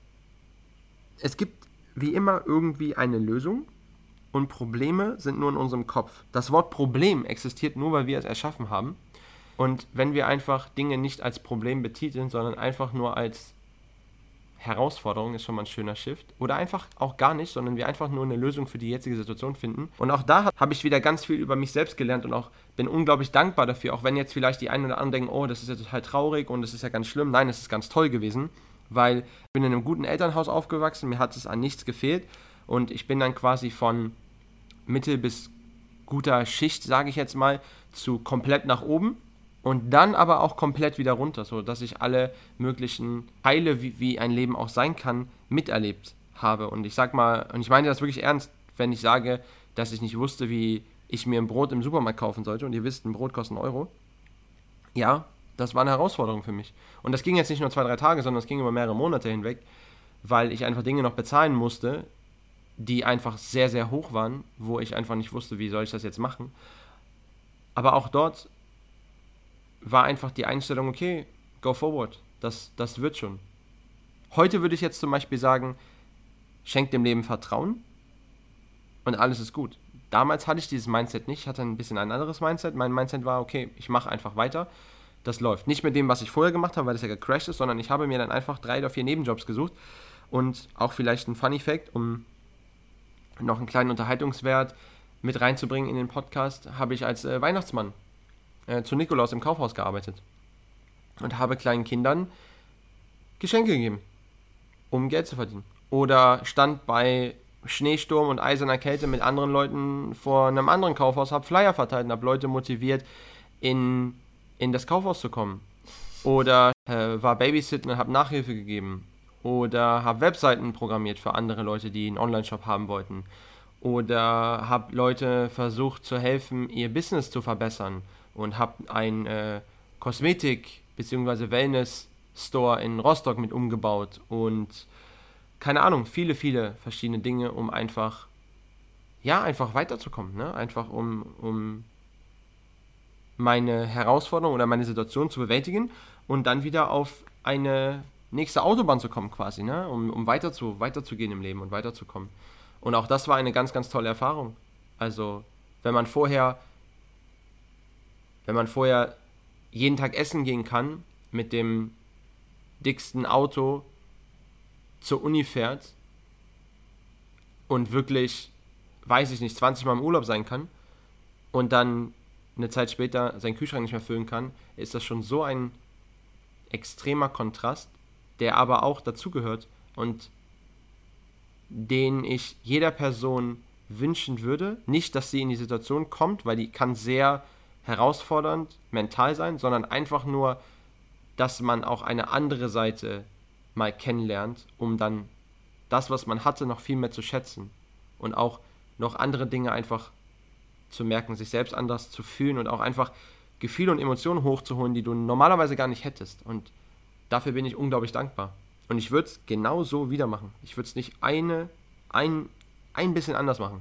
es gibt wie immer irgendwie eine Lösung und Probleme sind nur in unserem Kopf. Das Wort Problem existiert nur, weil wir es erschaffen haben. Und wenn wir einfach Dinge nicht als Problem betiteln, sondern einfach nur als Herausforderung, ist schon mal ein schöner Shift. Oder einfach auch gar nicht, sondern wir einfach nur eine Lösung für die jetzige Situation finden. Und auch da habe ich wieder ganz viel über mich selbst gelernt und auch bin unglaublich dankbar dafür, auch wenn jetzt vielleicht die einen oder anderen denken, oh, das ist ja total traurig und das ist ja ganz schlimm. Nein, es ist ganz toll gewesen, weil ich bin in einem guten Elternhaus aufgewachsen, mir hat es an nichts gefehlt und ich bin dann quasi von mittel bis guter Schicht, sage ich jetzt mal, zu komplett nach oben. Und dann aber auch komplett wieder runter, so dass ich alle möglichen Teile, wie ein Leben auch sein kann, miterlebt habe. Und ich sag mal, und ich meine das wirklich ernst, wenn ich sage, dass ich nicht wusste, wie ich mir ein Brot im Supermarkt kaufen sollte. Und ihr wisst, ein Brot kostet 1 Euro. Ja, das war eine Herausforderung für mich. Und das ging jetzt nicht nur 2-3 Tage, sondern es ging über mehrere Monate hinweg, weil ich einfach Dinge noch bezahlen musste, die einfach sehr, sehr hoch waren, wo ich einfach nicht wusste, wie soll ich das jetzt machen. Aber auch dort war einfach die Einstellung, okay, go forward, das wird schon. Heute würde ich jetzt zum Beispiel sagen, schenk dem Leben Vertrauen und alles ist gut. Damals hatte ich dieses Mindset nicht, ich hatte ein bisschen ein anderes Mindset. Mein Mindset war, okay, ich mache einfach weiter, das läuft. Nicht mit dem, was ich vorher gemacht habe, weil das ja gecrashed ist, sondern ich habe mir dann einfach 3 oder 4 Nebenjobs gesucht und auch vielleicht ein Funny Fact, um noch einen kleinen Unterhaltungswert mit reinzubringen in den Podcast, habe ich als Weihnachtsmann zu Nikolaus im Kaufhaus gearbeitet und habe kleinen Kindern Geschenke gegeben, um Geld zu verdienen. Oder stand bei Schneesturm und eiserner Kälte mit anderen Leuten vor einem anderen Kaufhaus, habe Flyer verteilt und habe Leute motiviert, in das Kaufhaus zu kommen. Oder war Babysitten und habe Nachhilfe gegeben. Oder habe Webseiten programmiert für andere Leute, die einen Online-Shop haben wollten. Oder habe Leute versucht zu helfen, ihr Business zu verbessern. Und habe einen Kosmetik- bzw. Wellness-Store in Rostock mit umgebaut und keine Ahnung, viele, viele verschiedene Dinge, um einfach weiterzukommen, ne? Einfach um meine Herausforderung oder meine Situation zu bewältigen und dann wieder auf eine nächste Autobahn zu kommen quasi, ne? Um weiterzugehen im Leben und weiterzukommen. Und auch das war eine ganz, ganz tolle Erfahrung. Also, wenn man vorher jeden Tag essen gehen kann, mit dem dicksten Auto zur Uni fährt und wirklich, weiß ich nicht, 20 Mal im Urlaub sein kann und dann eine Zeit später seinen Kühlschrank nicht mehr füllen kann, ist das schon so ein extremer Kontrast, der aber auch dazugehört und den ich jeder Person wünschen würde. Nicht, dass sie in die Situation kommt, weil die kann sehr herausfordernd mental sein, sondern einfach nur, dass man auch eine andere Seite mal kennenlernt, um dann das, was man hatte, noch viel mehr zu schätzen und auch noch andere Dinge einfach zu merken, sich selbst anders zu fühlen und auch einfach Gefühle und Emotionen hochzuholen, die du normalerweise gar nicht hättest. Und dafür bin ich unglaublich dankbar. Und ich würde es genau so wieder machen. Ich würde es nicht ein bisschen anders machen.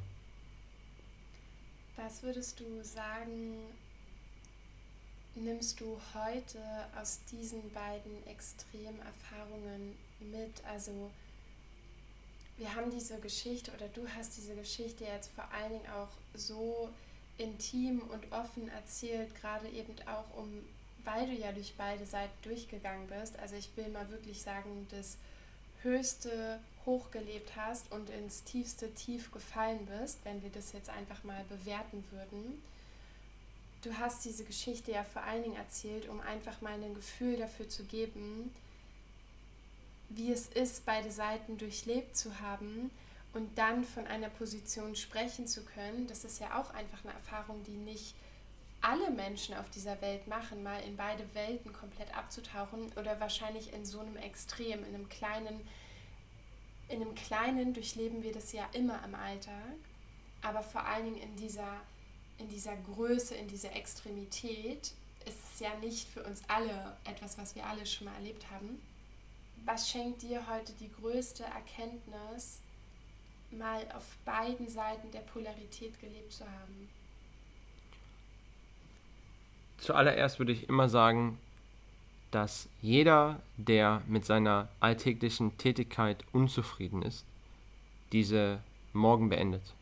Was würdest du sagen, nimmst du heute aus diesen beiden Extremerfahrungen mit? Also wir haben diese Geschichte oder du hast diese Geschichte jetzt vor allen Dingen auch so intim und offen erzählt, gerade eben auch weil du ja durch beide Seiten durchgegangen bist. Also ich will mal wirklich sagen, das höchste hochgelebt hast und ins tiefste Tief gefallen bist, wenn wir das jetzt einfach mal bewerten würden. Du hast diese Geschichte ja vor allen Dingen erzählt, um einfach mal ein Gefühl dafür zu geben, wie es ist, beide Seiten durchlebt zu haben und dann von einer Position sprechen zu können. Das ist ja auch einfach eine Erfahrung, die nicht alle Menschen auf dieser Welt machen, mal in beide Welten komplett abzutauchen oder wahrscheinlich in so einem Extrem, in einem kleinen durchleben wir das ja immer im Alltag, aber vor allen Dingen in dieser Größe, in dieser Extremität ist es ja nicht für uns alle etwas, was wir alle schon mal erlebt haben. Was schenkt dir heute die größte Erkenntnis, mal auf beiden Seiten der Polarität gelebt zu haben? Zuallererst würde ich immer sagen, dass jeder, der mit seiner alltäglichen Tätigkeit unzufrieden ist, diese morgen beendet.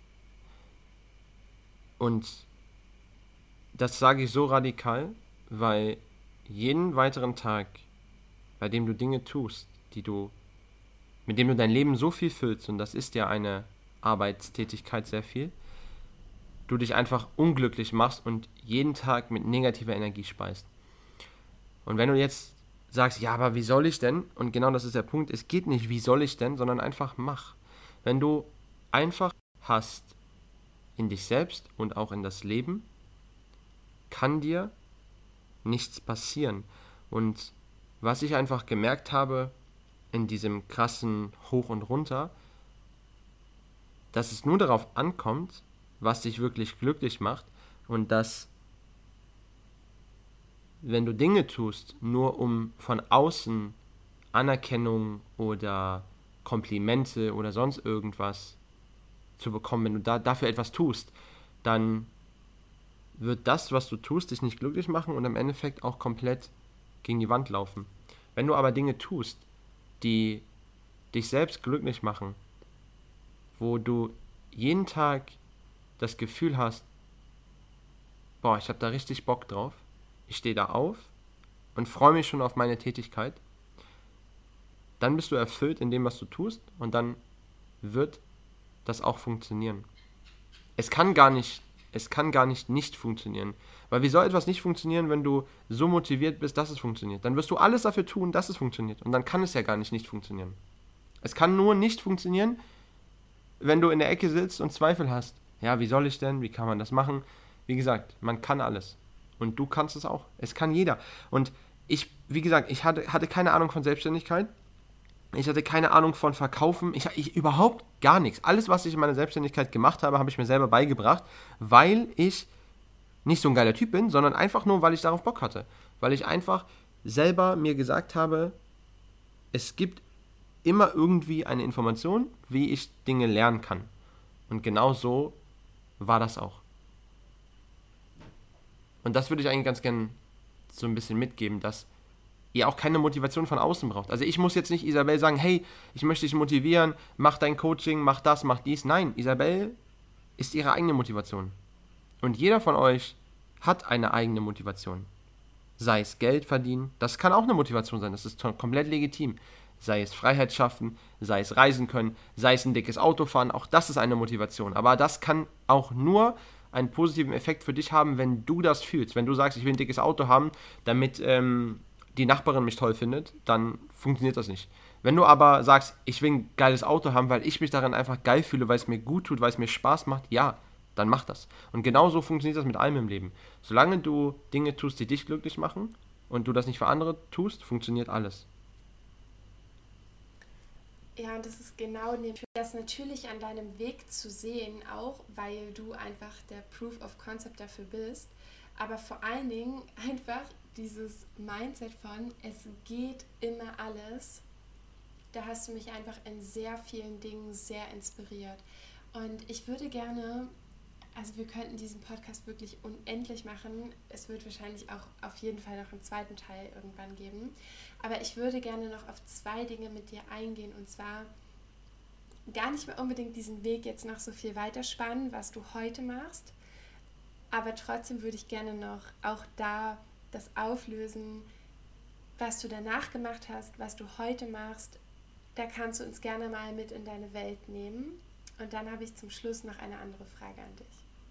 Und das sage ich so radikal, weil jeden weiteren Tag, bei dem du Dinge tust, mit dem du dein Leben so viel füllst, und das ist ja eine Arbeitstätigkeit sehr viel, du dich einfach unglücklich machst und jeden Tag mit negativer Energie speist. Und wenn du jetzt sagst, ja, aber wie soll ich denn? Und genau das ist der Punkt, es geht nicht, wie soll ich denn, sondern einfach mach. Wenn du einfach hast in dich selbst und auch in das Leben, kann dir nichts passieren. Und was ich einfach gemerkt habe in diesem krassen Hoch und Runter, dass es nur darauf ankommt, was dich wirklich glücklich macht und dass, wenn du Dinge tust, nur um von außen Anerkennung oder Komplimente oder sonst irgendwas zu bekommen, wenn du dafür etwas tust, dann wird das, was du tust, dich nicht glücklich machen und im Endeffekt auch komplett gegen die Wand laufen. Wenn du aber Dinge tust, die dich selbst glücklich machen, wo du jeden Tag das Gefühl hast, boah, ich habe da richtig Bock drauf, ich stehe da auf und freue mich schon auf meine Tätigkeit, dann bist du erfüllt in dem, was du tust und dann wird das auch funktionieren. Es kann gar nicht nicht funktionieren. Weil wie soll etwas nicht funktionieren, wenn du so motiviert bist, dass es funktioniert? Dann wirst du alles dafür tun, dass es funktioniert. Und dann kann es ja gar nicht funktionieren. Es kann nur nicht funktionieren, wenn du in der Ecke sitzt und Zweifel hast. Ja, wie soll ich denn? Wie kann man das machen? Wie gesagt, man kann alles. Und du kannst es auch. Es kann jeder. Und ich hatte keine Ahnung von Selbstständigkeit. Ich hatte keine Ahnung von Verkaufen. Ich überhaupt gar nichts. Alles, was ich in meiner Selbstständigkeit gemacht habe, habe ich mir selber beigebracht, weil ich nicht so ein geiler Typ bin, sondern einfach nur, weil ich darauf Bock hatte. Weil ich einfach selber mir gesagt habe, es gibt immer irgendwie eine Information, wie ich Dinge lernen kann. Und genau so war das auch. Und das würde ich eigentlich ganz gern so ein bisschen mitgeben, dass ihr auch keine Motivation von außen braucht. Also ich muss jetzt nicht Isabel sagen, hey, ich möchte dich motivieren, mach dein Coaching, mach das, mach dies. Nein, Isabel ist ihre eigene Motivation. Und jeder von euch hat eine eigene Motivation. Sei es Geld verdienen, das kann auch eine Motivation sein, das ist komplett legitim. Sei es Freiheit schaffen, sei es reisen können, sei es ein dickes Auto fahren, auch das ist eine Motivation. Aber das kann auch nur einen positiven Effekt für dich haben, wenn du das fühlst. Wenn du sagst, ich will ein dickes Auto haben, damit die Nachbarin mich toll findet, dann funktioniert das nicht. Wenn du aber sagst, ich will ein geiles Auto haben, weil ich mich darin einfach geil fühle, weil es mir gut tut, weil es mir Spaß macht, ja, dann mach das. Und genauso funktioniert das mit allem im Leben. Solange du Dinge tust, die dich glücklich machen und du das nicht für andere tust, funktioniert alles. Ja, und das ist genau das natürlich an deinem Weg zu sehen, auch weil du einfach der Proof of Concept dafür bist, aber vor allen Dingen einfach dieses Mindset von, es geht immer alles, da hast du mich einfach in sehr vielen Dingen sehr inspiriert. Und ich würde gerne, also wir könnten diesen Podcast wirklich unendlich machen. Es wird wahrscheinlich auch auf jeden Fall noch einen zweiten Teil irgendwann geben. Aber ich würde gerne noch auf 2 Dinge mit dir eingehen. Und zwar gar nicht mehr unbedingt diesen Weg jetzt noch so viel weiterspannen, was du heute machst. Aber trotzdem würde ich gerne noch auch da das auflösen, was du danach gemacht hast, was du heute machst. Da kannst du uns gerne mal mit in deine Welt nehmen. Und dann habe ich zum Schluss noch eine andere Frage an dich.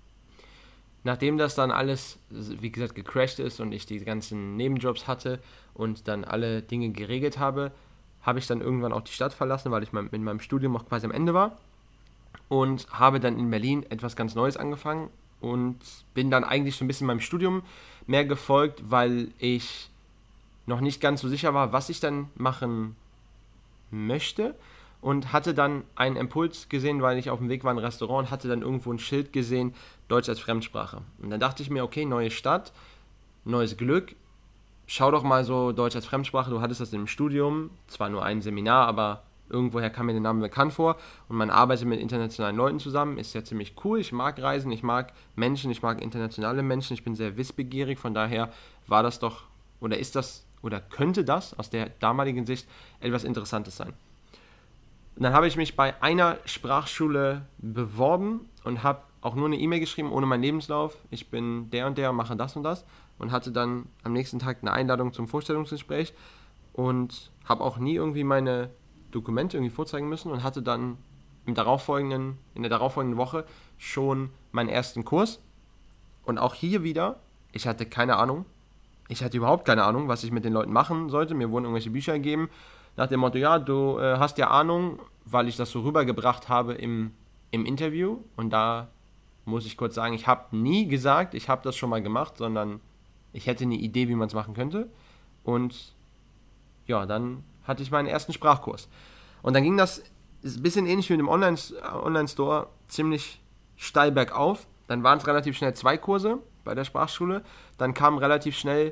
Nachdem das dann alles, wie gesagt, gecrashed ist und ich die ganzen Nebenjobs hatte und dann alle Dinge geregelt habe, habe ich dann irgendwann auch die Stadt verlassen, weil ich mit meinem Studium auch quasi am Ende war und habe dann in Berlin etwas ganz Neues angefangen und bin dann eigentlich so ein bisschen meinem Studium mehr gefolgt, weil ich noch nicht ganz so sicher war, was ich dann machen möchte und hatte dann einen Impuls gesehen, weil ich auf dem Weg war in ein Restaurant und hatte dann irgendwo ein Schild gesehen, Deutsch als Fremdsprache. Und dann dachte ich mir, okay, neue Stadt, neues Glück, schau doch mal so Deutsch als Fremdsprache, du hattest das im Studium, zwar nur ein Seminar, aber irgendwoher kam mir der Name bekannt vor und man arbeitet mit internationalen Leuten zusammen, ist ja ziemlich cool, ich mag Reisen, ich mag Menschen, ich mag internationale Menschen, ich bin sehr wissbegierig, von daher war das doch, oder ist das, oder könnte das aus der damaligen Sicht etwas Interessantes sein. Und dann habe ich mich bei einer Sprachschule beworben und habe auch nur eine E-Mail geschrieben, ohne meinen Lebenslauf. Ich bin der und der, mache das und das. Und hatte dann am nächsten Tag eine Einladung zum Vorstellungsgespräch und habe auch nie irgendwie meine Dokumente irgendwie vorzeigen müssen und hatte dann in der darauffolgenden Woche schon meinen ersten Kurs. Und auch hier wieder, ich hatte keine Ahnung. Ich hatte überhaupt keine Ahnung, was ich mit den Leuten machen sollte. Mir wurden irgendwelche Bücher gegeben. Nach dem Motto, ja, du hast ja Ahnung, weil ich das so rübergebracht habe im Interview. Und da muss ich kurz sagen, ich habe nie gesagt, ich habe das schon mal gemacht, sondern ich hätte eine Idee, wie man es machen könnte. Und ja, dann hatte ich meinen ersten Sprachkurs. Und dann ging das ein bisschen ähnlich wie mit dem Online-Store ziemlich steil bergauf. Dann waren es relativ schnell 2 Kurse bei der Sprachschule. Dann kamen relativ schnell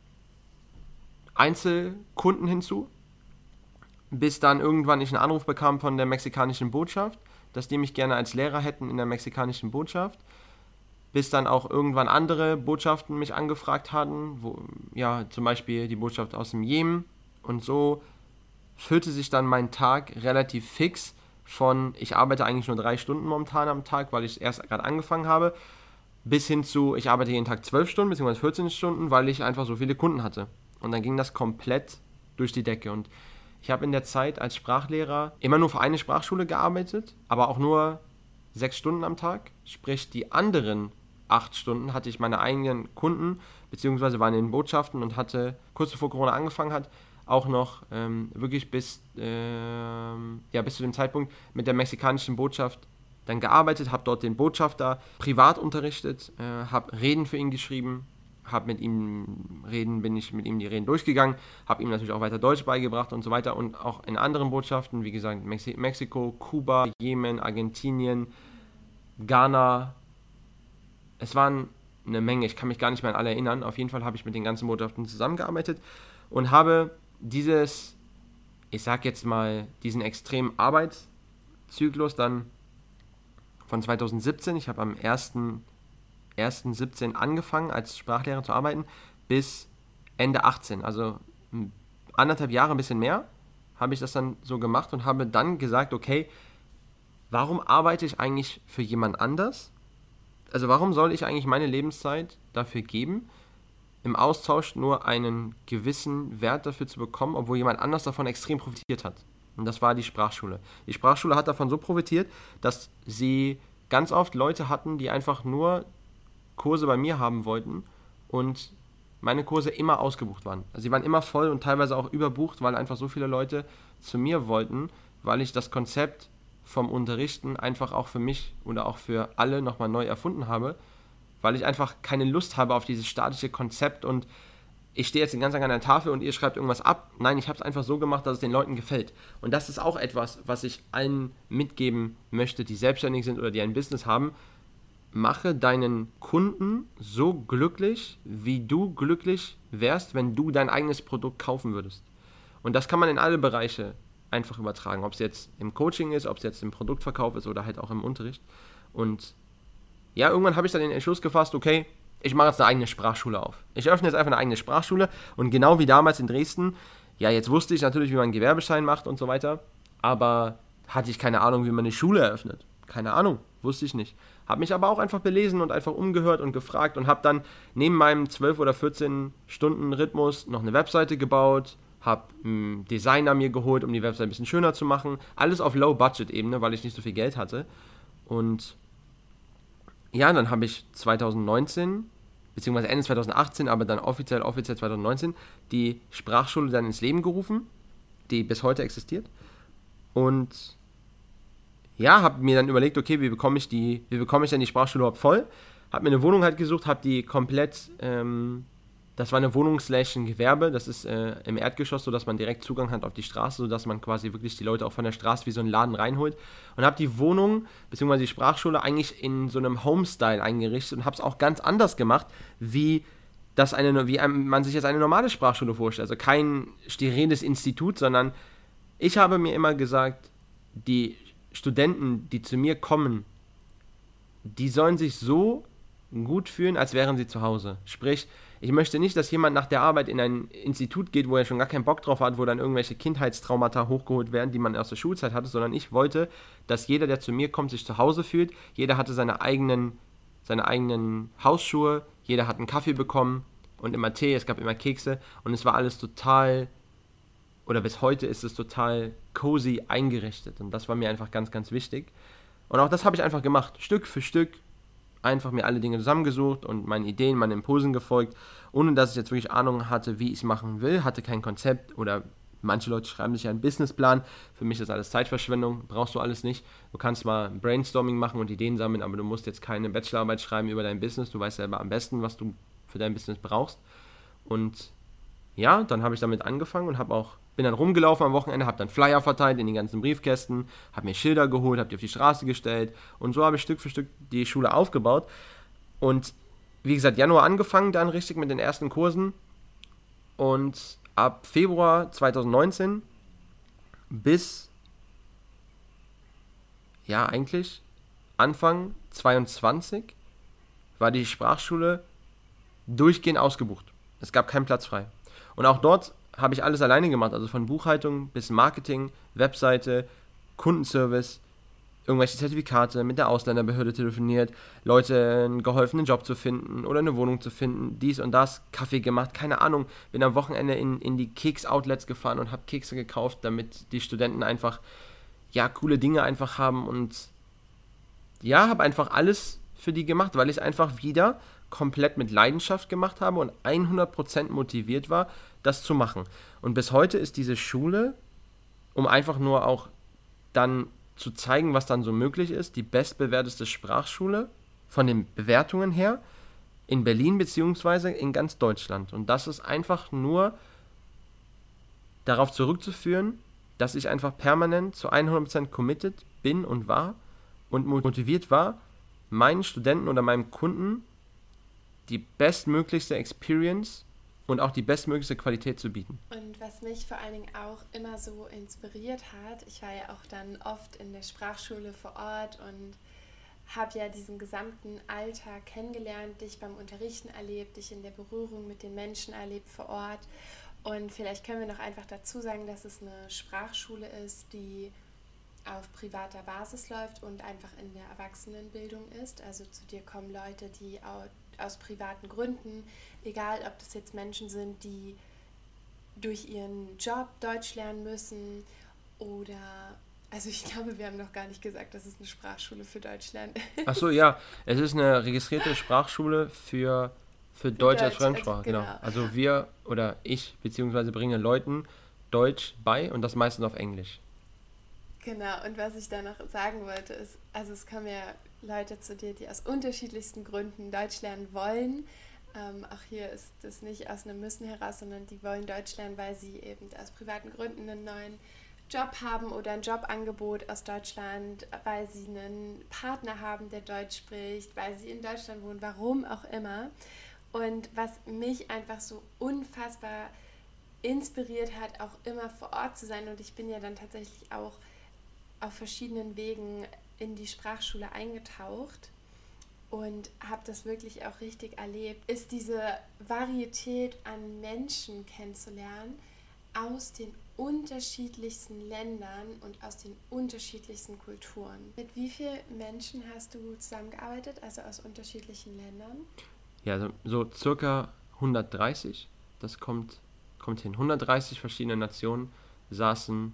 Einzelkunden hinzu, bis dann irgendwann ich einen Anruf bekam von der mexikanischen Botschaft, dass die mich gerne als Lehrer hätten in der mexikanischen Botschaft, bis dann auch irgendwann andere Botschaften mich angefragt hatten, zum Beispiel die Botschaft aus dem Jemen, und so füllte sich dann mein Tag relativ fix von, ich arbeite eigentlich nur 3 Stunden momentan am Tag, weil ich erst gerade angefangen habe, bis hin zu, ich arbeite jeden Tag 12 Stunden bzw. 14 Stunden, weil ich einfach so viele Kunden hatte. Und dann ging das komplett durch die Decke. Und ich habe in der Zeit als Sprachlehrer immer nur für eine Sprachschule gearbeitet, aber auch nur 6 Stunden am Tag. Sprich, die anderen 8 Stunden hatte ich meine eigenen Kunden, beziehungsweise waren in Botschaften und hatte, kurz bevor Corona angefangen hat, auch noch wirklich bis zu dem Zeitpunkt mit der mexikanischen Botschaft dann gearbeitet, habe dort den Botschafter privat unterrichtet, habe Reden für ihn geschrieben, bin ich mit ihm die Reden durchgegangen, habe ihm natürlich auch weiter Deutsch beigebracht und so weiter und auch in anderen Botschaften, wie gesagt, Mexiko, Kuba, Jemen, Argentinien, Ghana, es waren eine Menge, ich kann mich gar nicht mehr an alle erinnern, auf jeden Fall habe ich mit den ganzen Botschaften zusammengearbeitet und habe diesen extremen Arbeitszyklus dann von 2017, ich habe am 1.1.17 angefangen als Sprachlehrer zu arbeiten, bis Ende 18, also 1,5 Jahre, ein bisschen mehr, habe ich das dann so gemacht und habe dann gesagt, okay, warum arbeite ich eigentlich für jemand anders? Also warum soll ich eigentlich meine Lebenszeit dafür geben, im Austausch nur einen gewissen Wert dafür zu bekommen, obwohl jemand anders davon extrem profitiert hat? Und das war die Sprachschule. Die Sprachschule hat davon so profitiert, dass sie ganz oft Leute hatten, die einfach nur Kurse bei mir haben wollten und meine Kurse immer ausgebucht waren. Also sie waren immer voll und teilweise auch überbucht, weil einfach so viele Leute zu mir wollten, weil ich das Konzept vom Unterrichten einfach auch für mich oder auch für alle nochmal neu erfunden habe, weil ich einfach keine Lust habe auf dieses statische Konzept und ich stehe jetzt den ganzen Tag an der Tafel und ihr schreibt irgendwas ab. Nein, ich habe es einfach so gemacht, dass es den Leuten gefällt. Und das ist auch etwas, was ich allen mitgeben möchte, die selbstständig sind oder die ein Business haben. Mache deinen Kunden so glücklich, wie du glücklich wärst, wenn du dein eigenes Produkt kaufen würdest. Und das kann man in alle Bereiche einfach übertragen. Ob es jetzt im Coaching ist, ob es jetzt im Produktverkauf ist oder halt auch im Unterricht. Und ja, irgendwann habe ich dann den Entschluss gefasst, okay, ich mache jetzt eine eigene Sprachschule auf. Ich öffne jetzt einfach eine eigene Sprachschule und genau wie damals in Dresden, ja, jetzt wusste ich natürlich, wie man einen Gewerbeschein macht und so weiter, aber hatte ich keine Ahnung, wie man eine Schule eröffnet. Keine Ahnung, wusste ich nicht. Habe mich aber auch einfach belesen und einfach umgehört und gefragt und habe dann neben meinem 12 oder 14 Stunden Rhythmus noch eine Webseite gebaut, habe einen Designer mir geholt, um die Webseite ein bisschen schöner zu machen. Alles auf Low-Budget-Ebene, weil ich nicht so viel Geld hatte. Und ja, dann habe ich 2019, beziehungsweise Ende 2018, aber dann offiziell 2019, die Sprachschule dann ins Leben gerufen, die bis heute existiert. Und ja, habe mir dann überlegt, okay, wie bekomme ich denn die Sprachschule überhaupt voll? Habe mir eine Wohnung halt gesucht, habe die komplett, das war eine Wohnung / ein Gewerbe, das ist im Erdgeschoss, sodass man direkt Zugang hat auf die Straße, sodass man quasi wirklich die Leute auch von der Straße wie so einen Laden reinholt. Und habe die Wohnung, beziehungsweise die Sprachschule eigentlich in so einem Home-Style eingerichtet und habe es auch ganz anders gemacht, wie man sich jetzt eine normale Sprachschule vorstellt. Also kein steriles Institut, sondern ich habe mir immer gesagt, die Studenten, die zu mir kommen, die sollen sich so gut fühlen, als wären sie zu Hause. Sprich, ich möchte nicht, dass jemand nach der Arbeit in ein Institut geht, wo er schon gar keinen Bock drauf hat, wo dann irgendwelche Kindheitstraumata hochgeholt werden, die man aus der Schulzeit hatte, sondern ich wollte, dass jeder, der zu mir kommt, sich zu Hause fühlt. Jeder hatte seine eigenen Hausschuhe, jeder hat einen Kaffee bekommen und immer Tee, es gab immer Kekse und es war alles total, oder bis heute ist es total cozy eingerichtet und das war mir einfach ganz, ganz wichtig. Und auch das habe ich einfach gemacht, Stück für Stück, einfach mir alle Dinge zusammengesucht und meinen Ideen, meinen Impulsen gefolgt, ohne dass ich jetzt wirklich Ahnung hatte, wie ich es machen will, hatte kein Konzept oder manche Leute schreiben sich einen Businessplan, für mich ist alles Zeitverschwendung, brauchst du alles nicht. Du kannst mal Brainstorming machen und Ideen sammeln, aber du musst jetzt keine Bachelorarbeit schreiben über dein Business, du weißt selber am besten, was du für dein Business brauchst. Und ja, dann habe ich damit angefangen und bin dann rumgelaufen am Wochenende, habe dann Flyer verteilt in die ganzen Briefkästen, habe mir Schilder geholt, habe die auf die Straße gestellt und so habe ich Stück für Stück die Schule aufgebaut und wie gesagt, Januar angefangen dann richtig mit den ersten Kursen und ab Februar 2019 bis ja eigentlich Anfang 22 war die Sprachschule durchgehend ausgebucht. Es gab keinen Platz frei. Und auch dort habe ich alles alleine gemacht, also von Buchhaltung bis Marketing, Webseite, Kundenservice, irgendwelche Zertifikate, mit der Ausländerbehörde telefoniert, Leuten geholfen, einen Job zu finden oder eine Wohnung zu finden, dies und das, Kaffee gemacht, keine Ahnung. Bin am Wochenende in die Keks-Outlets gefahren und habe Kekse gekauft, damit die Studenten einfach, ja, coole Dinge einfach haben und ja, habe einfach alles für die gemacht, weil ich einfach wieder komplett mit Leidenschaft gemacht habe und 100% motiviert war, das zu machen. Und bis heute ist diese Schule, um einfach nur auch dann zu zeigen, was dann so möglich ist, die bestbewerteste Sprachschule von den Bewertungen her in Berlin bzw. in ganz Deutschland. Und das ist einfach nur darauf zurückzuführen, dass ich einfach permanent zu 100% committed bin und war und motiviert war, meinen Studenten oder meinem Kunden die bestmöglichste Experience und auch die bestmöglichste Qualität zu bieten. Und was mich vor allen Dingen auch immer so inspiriert hat, ich war ja auch dann oft in der Sprachschule vor Ort und habe ja diesen gesamten Alltag kennengelernt, dich beim Unterrichten erlebt, dich in der Berührung mit den Menschen erlebt vor Ort. Und vielleicht können wir noch einfach dazu sagen, dass es eine Sprachschule ist, die auf privater Basis läuft und einfach in der Erwachsenenbildung ist. Also zu dir kommen Leute, die aus privaten Gründen, egal ob das jetzt Menschen sind, die durch ihren Job Deutsch lernen müssen oder, also ich glaube, wir haben noch gar nicht gesagt, dass es eine Sprachschule für Deutschland ist. Achso, ja, es ist eine registrierte Sprachschule für Deutsch als Fremdsprache, genau. Also wir oder ich beziehungsweise bringe Leuten Deutsch bei und das meistens auf Englisch. Genau, und was ich da noch sagen wollte ist, also es kommen ja Leute zu dir, die aus unterschiedlichsten Gründen Deutsch lernen wollen, Auch hier ist das nicht aus einem Müssen heraus, sondern die wollen Deutsch lernen, weil sie eben aus privaten Gründen einen neuen Job haben oder ein Jobangebot aus Deutschland, weil sie einen Partner haben, der Deutsch spricht, weil sie in Deutschland wohnen, warum auch immer. Und was mich einfach so unfassbar inspiriert hat, auch immer vor Ort zu sein, und ich bin ja dann tatsächlich auch auf verschiedenen Wegen in die Sprachschule eingetaucht und habe das wirklich auch richtig erlebt, ist diese Varietät an Menschen kennenzulernen aus den unterschiedlichsten Ländern und aus den unterschiedlichsten Kulturen. Mit wie vielen Menschen hast du zusammengearbeitet, also aus unterschiedlichen Ländern? Ja, also so circa 130, das kommt hin. 130 verschiedene Nationen saßen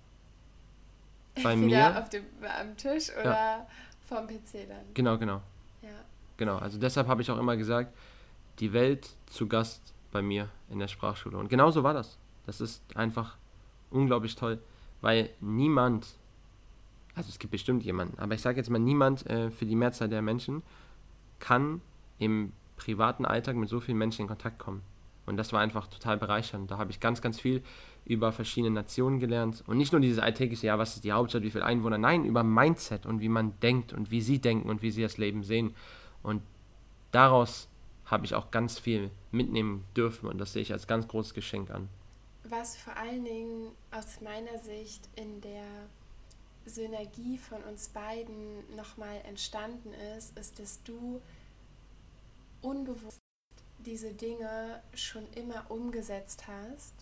bei Entweder mir. am Tisch Ja, oder vom PC dann. genau. Ja. Genau, also deshalb habe ich auch immer gesagt, die Welt zu Gast bei mir in der Sprachschule. Und genau so war das. Das ist einfach unglaublich toll, weil niemand, also es gibt bestimmt jemanden, aber ich sage jetzt mal niemand für die Mehrzahl der Menschen kann im privaten Alltag mit so vielen Menschen in Kontakt kommen. Und das war einfach total bereichernd. Da habe ich ganz, ganz viel über verschiedene Nationen gelernt. Und nicht nur dieses alltägliche, ja, was ist die Hauptstadt, wie viele Einwohner, nein, über Mindset und wie man denkt und wie sie denken und wie sie das Leben sehen. Und daraus habe ich auch ganz viel mitnehmen dürfen und das sehe ich als ganz großes Geschenk an. Was vor allen Dingen aus meiner Sicht in der Synergie von uns beiden nochmal entstanden ist, dass du unbewusst diese Dinge schon immer umgesetzt hast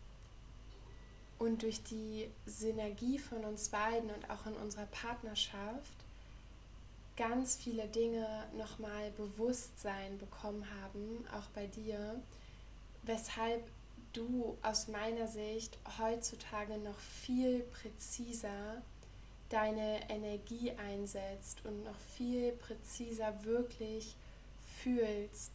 und durch die Synergie von uns beiden und auch in unserer Partnerschaft ganz viele Dinge nochmal Bewusstsein bekommen haben, auch bei dir, weshalb du aus meiner Sicht heutzutage noch viel präziser deine Energie einsetzt und noch viel präziser wirklich fühlst,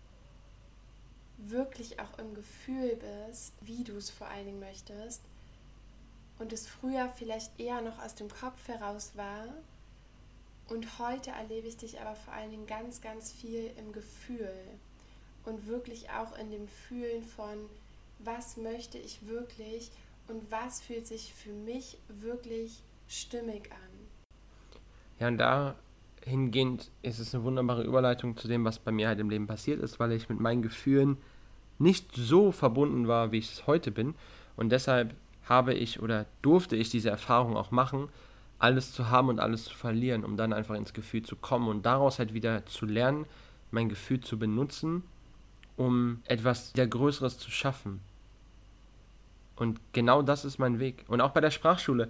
wirklich auch im Gefühl bist, wie du es vor allen Dingen möchtest und es früher vielleicht eher noch aus dem Kopf heraus war und heute erlebe ich dich aber vor allen Dingen ganz, ganz viel im Gefühl und wirklich auch in dem Fühlen von, was möchte ich wirklich und was fühlt sich für mich wirklich stimmig an. Ja, und dahingehend ist es eine wunderbare Überleitung zu dem, was bei mir halt im Leben passiert ist, weil ich mit meinen Gefühlen nicht so verbunden war, wie ich es heute bin. Und deshalb habe ich oder durfte ich diese Erfahrung auch machen, alles zu haben und alles zu verlieren, um dann einfach ins Gefühl zu kommen und daraus halt wieder zu lernen, mein Gefühl zu benutzen, um etwas sehr Größeres zu schaffen. Und genau das ist mein Weg. Und auch bei der Sprachschule.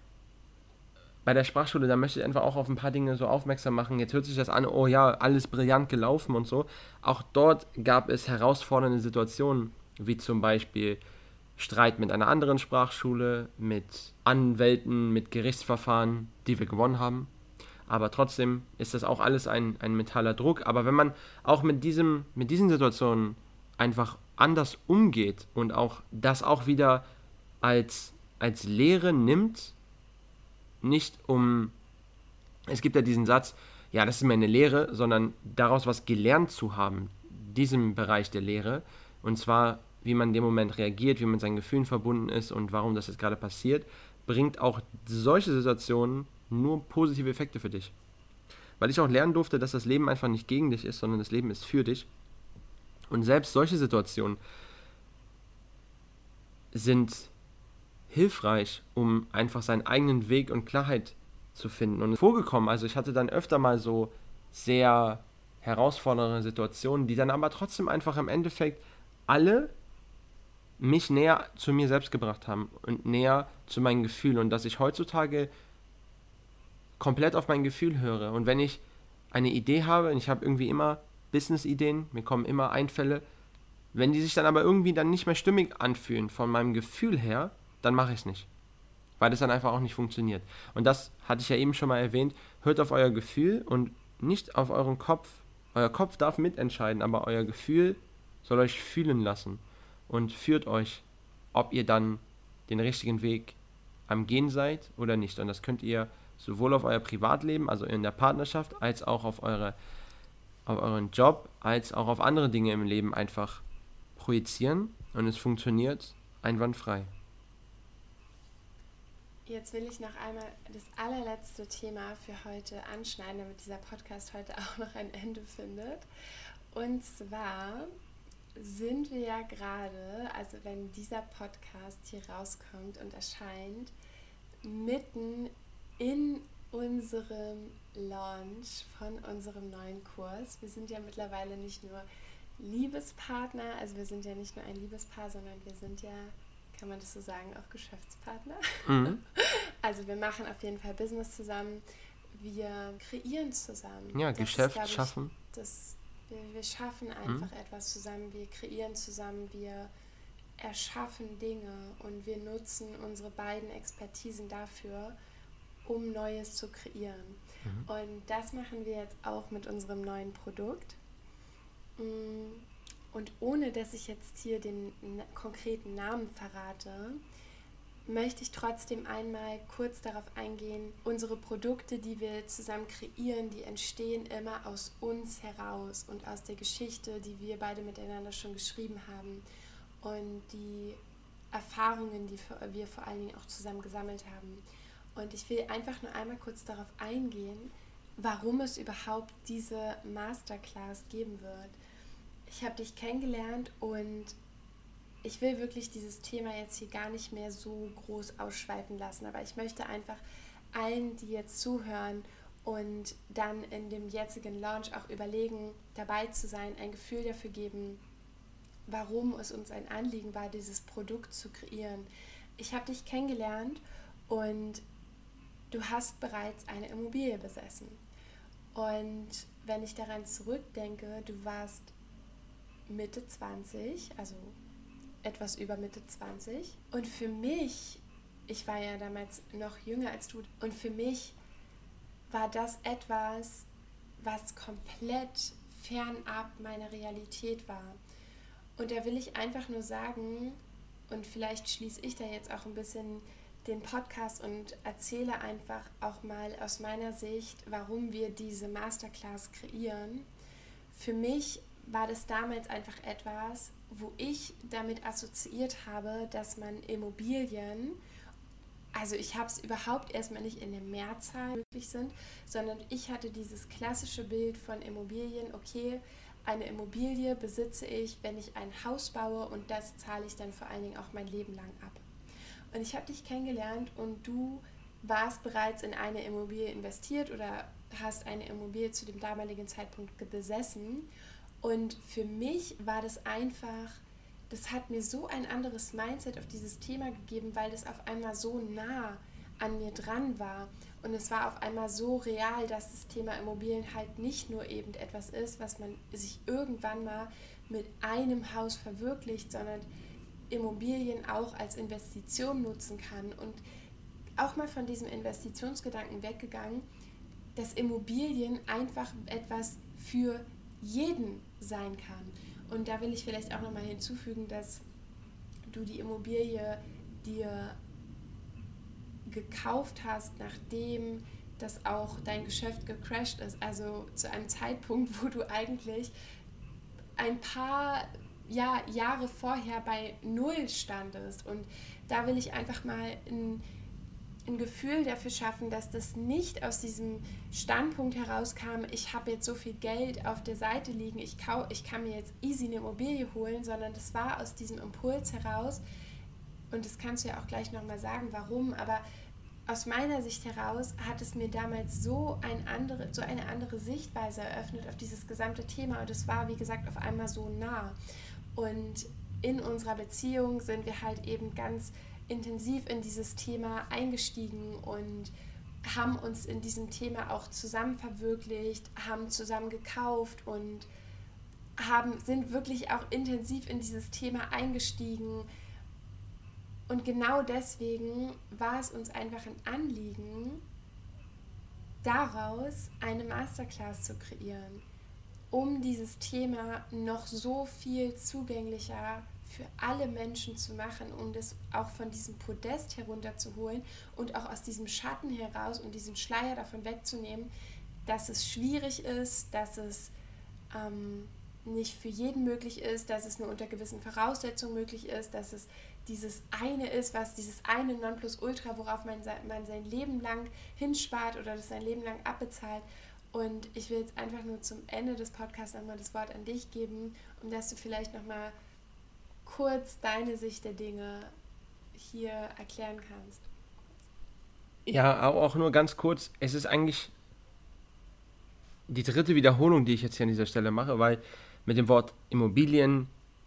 Da möchte ich einfach auch auf ein paar Dinge so aufmerksam machen. Jetzt hört sich das an, oh ja, alles brillant gelaufen und so. Auch dort gab es herausfordernde Situationen, wie zum Beispiel Streit mit einer anderen Sprachschule, mit Anwälten, mit Gerichtsverfahren, die wir gewonnen haben. Aber trotzdem ist das auch alles ein mentaler Druck. Aber wenn man auch mit diesen Situationen einfach anders umgeht und auch das auch wieder als Lehre nimmt, nicht um, es gibt ja diesen Satz, ja, das ist mir eine Lehre, sondern daraus was gelernt zu haben, diesem Bereich der Lehre, und zwar, wie man in dem Moment reagiert, wie man seinen Gefühlen verbunden ist und warum das jetzt gerade passiert, bringt auch solche Situationen nur positive Effekte für dich. Weil ich auch lernen durfte, dass das Leben einfach nicht gegen dich ist, sondern das Leben ist für dich. Und selbst solche Situationen sind hilfreich, um einfach seinen eigenen Weg und Klarheit zu finden. Und vorgekommen, also ich hatte dann öfter mal so sehr herausfordernde Situationen, die dann aber trotzdem einfach im Endeffekt alle mich näher zu mir selbst gebracht haben und näher zu meinen Gefühlen und dass ich heutzutage komplett auf mein Gefühl höre. Und wenn ich eine Idee habe, und ich habe irgendwie immer Business-Ideen, mir kommen immer Einfälle, wenn die sich dann aber irgendwie dann nicht mehr stimmig anfühlen von meinem Gefühl her, dann mache ich es nicht. Weil das dann einfach auch nicht funktioniert. Und das hatte ich ja eben schon mal erwähnt. Hört auf euer Gefühl und nicht auf euren Kopf. Euer Kopf darf mitentscheiden, aber euer Gefühl soll euch fühlen lassen. Und führt euch, ob ihr dann den richtigen Weg am Gehen seid oder nicht. Und das könnt ihr sowohl auf euer Privatleben, also in der Partnerschaft, als auch auf eure auf euren Job als auch auf andere Dinge im Leben einfach projizieren und es funktioniert einwandfrei. Jetzt will ich noch einmal das allerletzte Thema für heute anschneiden, damit dieser Podcast heute auch noch ein Ende findet. Und zwar sind wir ja gerade, also wenn dieser Podcast hier rauskommt und erscheint, mitten in unserem Launch von unserem neuen Kurs. Wir sind ja mittlerweile nicht nur Liebespartner, also wir sind ja nicht nur ein Liebespaar, sondern wir sind ja, kann man das so sagen, auch Geschäftspartner. Also wir machen auf jeden Fall Business zusammen, wir kreieren zusammen. Ja, das Geschäft ist, schaffen. Wir schaffen einfach etwas zusammen, wir kreieren zusammen, wir erschaffen Dinge und wir nutzen unsere beiden Expertisen dafür, um Neues zu kreieren. Und das machen wir jetzt auch mit unserem neuen Produkt. Und ohne, dass ich jetzt hier den konkreten Namen verrate, möchte ich trotzdem einmal kurz darauf eingehen, unsere Produkte, die wir zusammen kreieren, die entstehen immer aus uns heraus und aus der Geschichte, die wir beide miteinander schon geschrieben haben und die Erfahrungen, die wir vor allen Dingen auch zusammen gesammelt haben. Und ich will einfach nur einmal kurz darauf eingehen, warum es überhaupt diese Masterclass geben wird. Ich habe dich kennengelernt und ich will wirklich dieses Thema jetzt hier gar nicht mehr so groß ausschweifen lassen, aber ich möchte einfach allen, die jetzt zuhören und dann in dem jetzigen Launch auch überlegen, dabei zu sein, ein Gefühl dafür geben, warum es uns ein Anliegen war, dieses Produkt zu kreieren. Ich habe dich kennengelernt und du hast bereits eine Immobilie besessen. Und wenn ich daran zurückdenke, du warst Mitte 20, also etwas über Mitte 20. Und für mich, ich war ja damals noch jünger als du, und für mich war das etwas, was komplett fernab meiner Realität war. Und da will ich einfach nur sagen, und vielleicht schließe ich da jetzt auch ein bisschen den Podcast und erzähle einfach auch mal aus meiner Sicht, warum wir diese Masterclass kreieren. Für mich war das damals einfach etwas, wo ich damit assoziiert habe, dass man Immobilien, also ich habe es überhaupt erstmal nicht in der Mehrzahl möglich sind, sondern ich hatte dieses klassische Bild von Immobilien, okay, eine Immobilie besitze ich, wenn ich ein Haus baue und das zahle ich dann vor allen Dingen auch mein Leben lang ab. Und ich habe dich kennengelernt und du warst bereits in eine Immobilie investiert oder hast eine Immobilie zu dem damaligen Zeitpunkt besessen. Und für mich war das einfach, das hat mir so ein anderes Mindset auf dieses Thema gegeben, weil das auf einmal so nah an mir dran war. Und es war auf einmal so real, dass das Thema Immobilien halt nicht nur eben etwas ist, was man sich irgendwann mal mit einem Haus verwirklicht, sondern Immobilien auch als Investition nutzen kann. Und auch mal von diesem Investitionsgedanken weggegangen, dass Immobilien einfach etwas für jeden sein kann. Und da will ich vielleicht auch nochmal hinzufügen, dass du die Immobilie dir gekauft hast, nachdem dass auch dein Geschäft gecrashed ist. Also zu einem Zeitpunkt, wo du eigentlich ein paar Jahre vorher bei Null standest. Und da will ich einfach mal ein Gefühl dafür schaffen, dass das nicht aus diesem Standpunkt herauskam, ich habe jetzt so viel Geld auf der Seite liegen, ich kann mir jetzt easy eine Immobilie holen, sondern das war aus diesem Impuls heraus, und das kannst du ja auch gleich nochmal sagen, warum, aber aus meiner Sicht heraus hat es mir damals so eine andere Sichtweise eröffnet auf dieses gesamte Thema, und es war, wie gesagt, auf einmal so nah. Und in unserer Beziehung sind wir halt eben ganz intensiv in dieses Thema eingestiegen und haben uns in diesem Thema auch zusammen verwirklicht, haben zusammen gekauft und sind wirklich auch intensiv in dieses Thema eingestiegen. Und genau deswegen war es uns einfach ein Anliegen, daraus eine Masterclass zu kreieren, um dieses Thema noch so viel zugänglicher für alle Menschen zu machen, um das auch von diesem Podest herunterzuholen und auch aus diesem Schatten heraus und diesen Schleier davon wegzunehmen, dass es schwierig ist, dass es nicht für jeden möglich ist, dass es nur unter gewissen Voraussetzungen möglich ist, dass es dieses eine ist, was dieses eine Nonplusultra, worauf man sein Leben lang hinspart oder das sein Leben lang abbezahlt. Und ich will jetzt einfach nur zum Ende des Podcasts nochmal das Wort an dich geben, um dass du vielleicht nochmal kurz deine Sicht der Dinge hier erklären kannst. Ja, auch nur ganz kurz. Es ist eigentlich die dritte Wiederholung, die ich jetzt hier an dieser Stelle mache, weil mit dem Wort Immobilien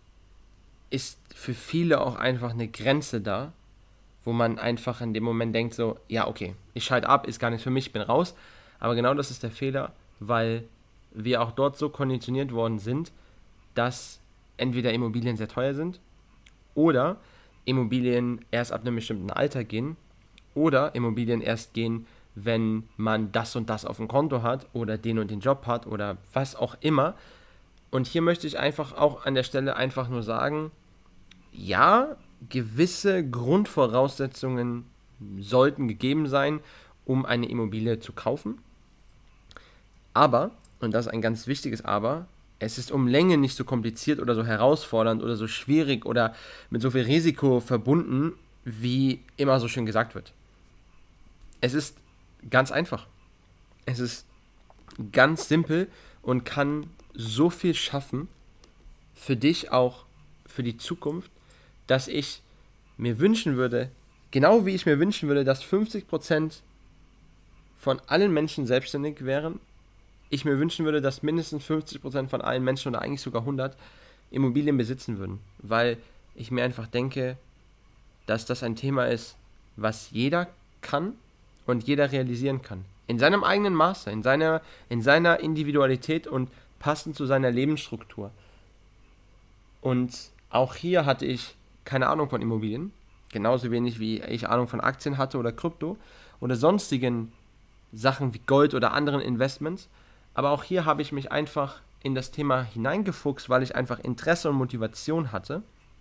ist für viele auch einfach eine Grenze da, wo man einfach in dem Moment denkt so, ja okay, ich schalte ab, ist gar nichts für mich, ich bin raus. Aber genau das ist der Fehler, weil wir auch dort so konditioniert worden sind, dass entweder Immobilien sehr teuer sind oder Immobilien erst ab einem bestimmten Alter gehen oder Immobilien erst gehen, wenn man das und das auf dem Konto hat oder den und den Job hat oder was auch immer. Und hier möchte ich einfach auch an der Stelle einfach nur sagen, ja, gewisse Grundvoraussetzungen sollten gegeben sein, um eine Immobilie zu kaufen. Aber, und das ist ein ganz wichtiges Aber, es ist um Länge nicht so kompliziert oder so herausfordernd oder so schwierig oder mit so viel Risiko verbunden, wie immer so schön gesagt wird. Es ist ganz einfach. Es ist ganz simpel und kann so viel schaffen für dich auch, für die Zukunft, dass ich mir wünschen würde, genau wie ich mir wünschen würde, dass 50% von allen Menschen selbstständig wären, ich mir wünschen würde, dass mindestens 50% von allen Menschen oder eigentlich sogar 100 Immobilien besitzen würden. Weil ich mir einfach denke, dass das ein Thema ist, was jeder kann und jeder realisieren kann. In seinem eigenen Maße, in seiner Individualität und passend zu seiner Lebensstruktur. Und auch hier hatte ich keine Ahnung von Immobilien, genauso wenig wie ich Ahnung von Aktien hatte oder Krypto oder sonstigen Sachen wie Gold oder anderen Investments. Aber auch hier habe ich mich einfach in das Thema hineingefuchst, weil ich einfach Interesse und Motivation hatte,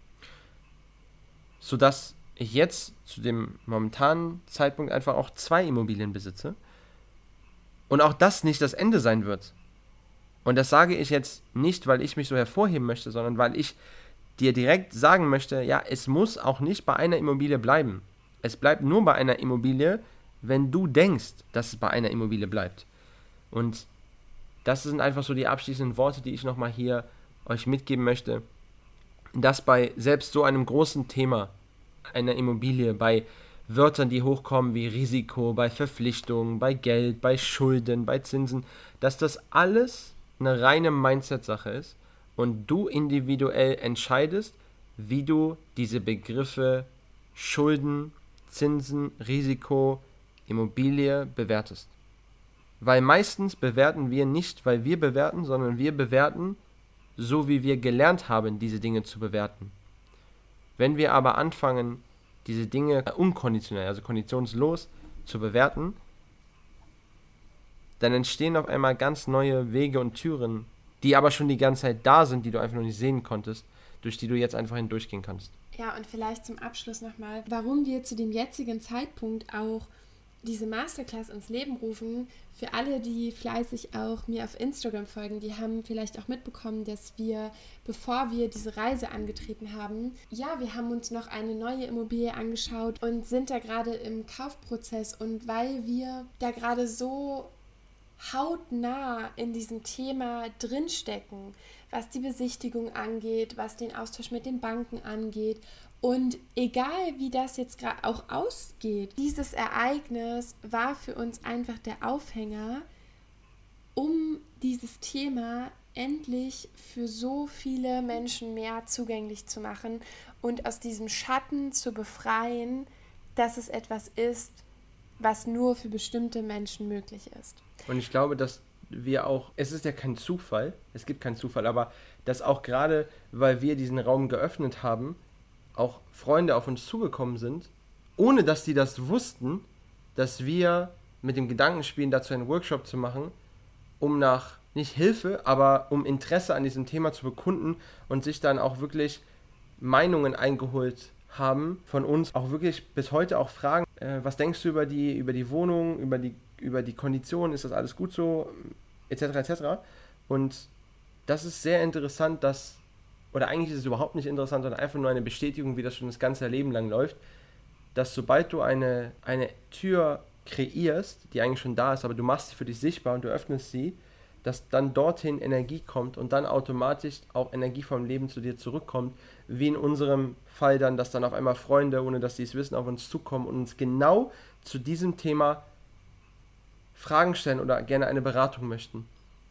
sodass ich jetzt zu dem momentanen Zeitpunkt einfach auch 2 Immobilien besitze und auch das nicht das Ende sein wird. Und das sage ich jetzt nicht, weil ich mich so hervorheben möchte, sondern weil ich dir direkt sagen möchte, ja, es muss auch nicht bei einer Immobilie bleiben. Es bleibt nur bei einer Immobilie, wenn du denkst, dass es bei einer Immobilie bleibt. Und das sind einfach so die abschließenden Worte, die ich nochmal hier euch mitgeben möchte, dass bei selbst so einem großen Thema einer Immobilie, bei Wörtern, die hochkommen wie Risiko, bei Verpflichtungen, bei Geld, bei Schulden, bei Zinsen, dass das alles eine reine Mindset-Sache ist und du individuell entscheidest, wie du diese Begriffe Schulden, Zinsen, Risiko, Immobilie bewertest. Weil meistens bewerten wir nicht, weil wir bewerten, sondern wir bewerten, so wie wir gelernt haben, diese Dinge zu bewerten. Wenn wir aber anfangen, diese Dinge unkonditionell, also konditionslos zu bewerten, dann entstehen auf einmal ganz neue Wege und Türen, die aber schon die ganze Zeit da sind, die du einfach noch nicht sehen konntest, durch die du jetzt einfach hindurchgehen kannst. Ja, und vielleicht zum Abschluss nochmal, warum wir zu dem jetzigen Zeitpunkt auch diese Masterclass ins Leben rufen. Für alle, die fleißig auch mir auf Instagram folgen, die haben vielleicht auch mitbekommen, dass wir, bevor wir diese Reise angetreten haben, ja, wir haben uns noch eine neue Immobilie angeschaut und sind da gerade im Kaufprozess. Und weil wir da gerade so hautnah in diesem Thema drinstecken, was die Besichtigung angeht, was den Austausch mit den Banken angeht. Und egal, wie das jetzt gerade auch ausgeht, dieses Ereignis war für uns einfach der Aufhänger, um dieses Thema endlich für so viele Menschen mehr zugänglich zu machen und aus diesem Schatten zu befreien, dass es etwas ist, was nur für bestimmte Menschen möglich ist. Und ich glaube, dass wir auch, es ist ja kein Zufall, es gibt keinen Zufall, aber dass auch gerade, weil wir diesen Raum geöffnet haben, auch Freunde auf uns zugekommen sind, ohne dass die das wussten, dass wir mit dem Gedanken spielen, dazu einen Workshop zu machen, um nach, nicht Hilfe, aber um Interesse an diesem Thema zu bekunden und sich dann auch wirklich Meinungen eingeholt haben von uns, auch wirklich bis heute auch fragen, was denkst du über die Wohnung, über die Konditionen, ist das alles gut so, etc. etc. Und das ist sehr interessant, oder eigentlich ist es überhaupt nicht interessant, sondern einfach nur eine Bestätigung, wie das schon das ganze Leben lang läuft, dass sobald du eine Tür kreierst, die eigentlich schon da ist, aber du machst sie für dich sichtbar und du öffnest sie, dass dann dorthin Energie kommt und dann automatisch auch Energie vom Leben zu dir zurückkommt, wie in unserem Fall dann, dass dann auf einmal Freunde, ohne dass sie es wissen, auf uns zukommen und uns genau zu diesem Thema Fragen stellen oder gerne eine Beratung möchten.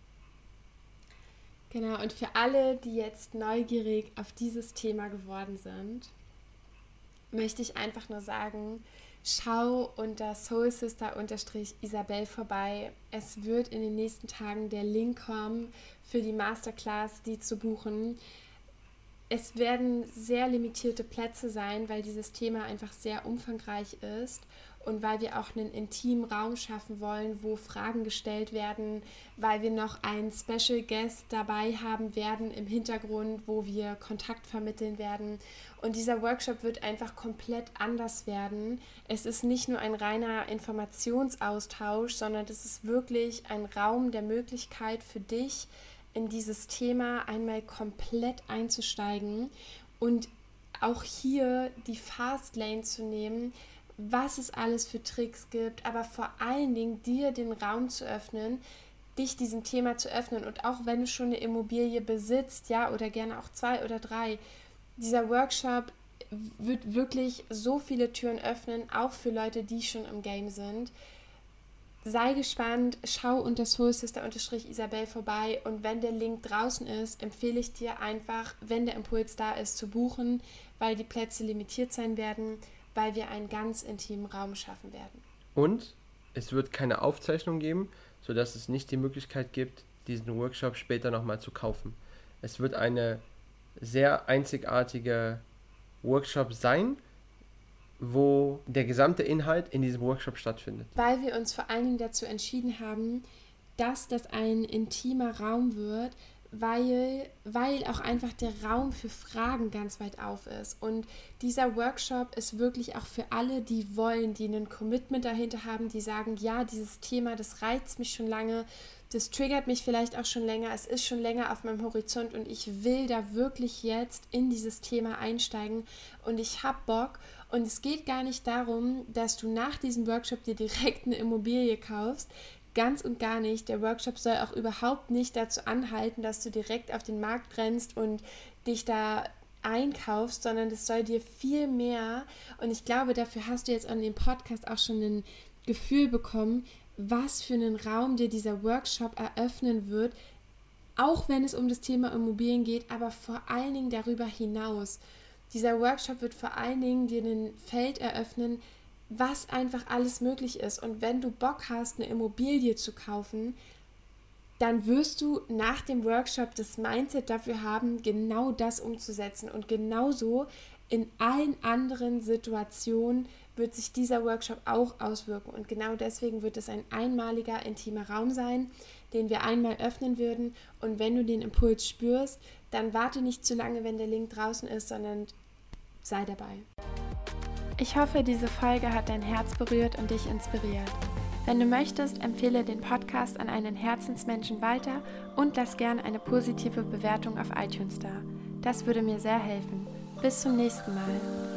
Genau, und für alle, die jetzt neugierig auf dieses Thema geworden sind, möchte ich einfach nur sagen, schau unter soulsister_Isabel vorbei. Es wird in den nächsten Tagen der Link kommen für die Masterclass, die zu buchen. Es werden sehr limitierte Plätze sein, weil dieses Thema einfach sehr umfangreich ist und weil wir auch einen intimen Raum schaffen wollen, wo Fragen gestellt werden, weil wir noch einen Special Guest dabei haben werden im Hintergrund, wo wir Kontakt vermitteln werden. Und dieser Workshop wird einfach komplett anders werden. Es ist nicht nur ein reiner Informationsaustausch, sondern es ist wirklich ein Raum der Möglichkeit für dich, in dieses Thema einmal komplett einzusteigen und auch hier die Fastlane zu nehmen, was es alles für Tricks gibt, aber vor allen Dingen dir den Raum zu öffnen, dich diesem Thema zu öffnen. Und auch wenn du schon eine Immobilie besitzt, ja, oder gerne auch 2 oder 3, dieser Workshop wird wirklich so viele Türen öffnen, auch für Leute, die schon im Game sind. Sei gespannt, schau unter soulsister_Isabel vorbei und wenn der Link draußen ist, empfehle ich dir einfach, wenn der Impuls da ist, zu buchen, weil die Plätze limitiert sein werden, weil wir einen ganz intimen Raum schaffen werden. Und es wird keine Aufzeichnung geben, sodass es nicht die Möglichkeit gibt, diesen Workshop später nochmal zu kaufen. Es wird eine sehr einzigartige Workshop sein, wo der gesamte Inhalt in diesem Workshop stattfindet. Weil wir uns vor allen Dingen dazu entschieden haben, dass das ein intimer Raum wird, weil auch einfach der Raum für Fragen ganz weit auf ist. Und dieser Workshop ist wirklich auch für alle, die wollen, die ein Commitment dahinter haben, die sagen, ja, dieses Thema, das reizt mich schon lange, das triggert mich vielleicht auch schon länger, es ist schon länger auf meinem Horizont und ich will da wirklich jetzt in dieses Thema einsteigen und ich habe Bock. Und es geht gar nicht darum, dass du nach diesem Workshop dir direkt eine Immobilie kaufst. Ganz und gar nicht. Der Workshop soll auch überhaupt nicht dazu anhalten, dass du direkt auf den Markt rennst und dich da einkaufst, sondern das soll dir viel mehr, und ich glaube, dafür hast du jetzt an dem Podcast auch schon ein Gefühl bekommen, was für einen Raum dir dieser Workshop eröffnen wird, auch wenn es um das Thema Immobilien geht, aber vor allen Dingen darüber hinaus. Dieser Workshop wird vor allen Dingen dir ein Feld eröffnen, was einfach alles möglich ist. Und wenn du Bock hast, eine Immobilie zu kaufen, dann wirst du nach dem Workshop das Mindset dafür haben, genau das umzusetzen. Und genauso in allen anderen Situationen wird sich dieser Workshop auch auswirken. Und genau deswegen wird es ein einmaliger, intimer Raum sein, den wir einmal öffnen würden. Und wenn du den Impuls spürst, dann warte nicht zu lange, wenn der Link draußen ist, sondern sei dabei. Ich hoffe, diese Folge hat dein Herz berührt und dich inspiriert. Wenn du möchtest, empfehle den Podcast an einen Herzensmenschen weiter und lass gerne eine positive Bewertung auf iTunes da. Das würde mir sehr helfen. Bis zum nächsten Mal.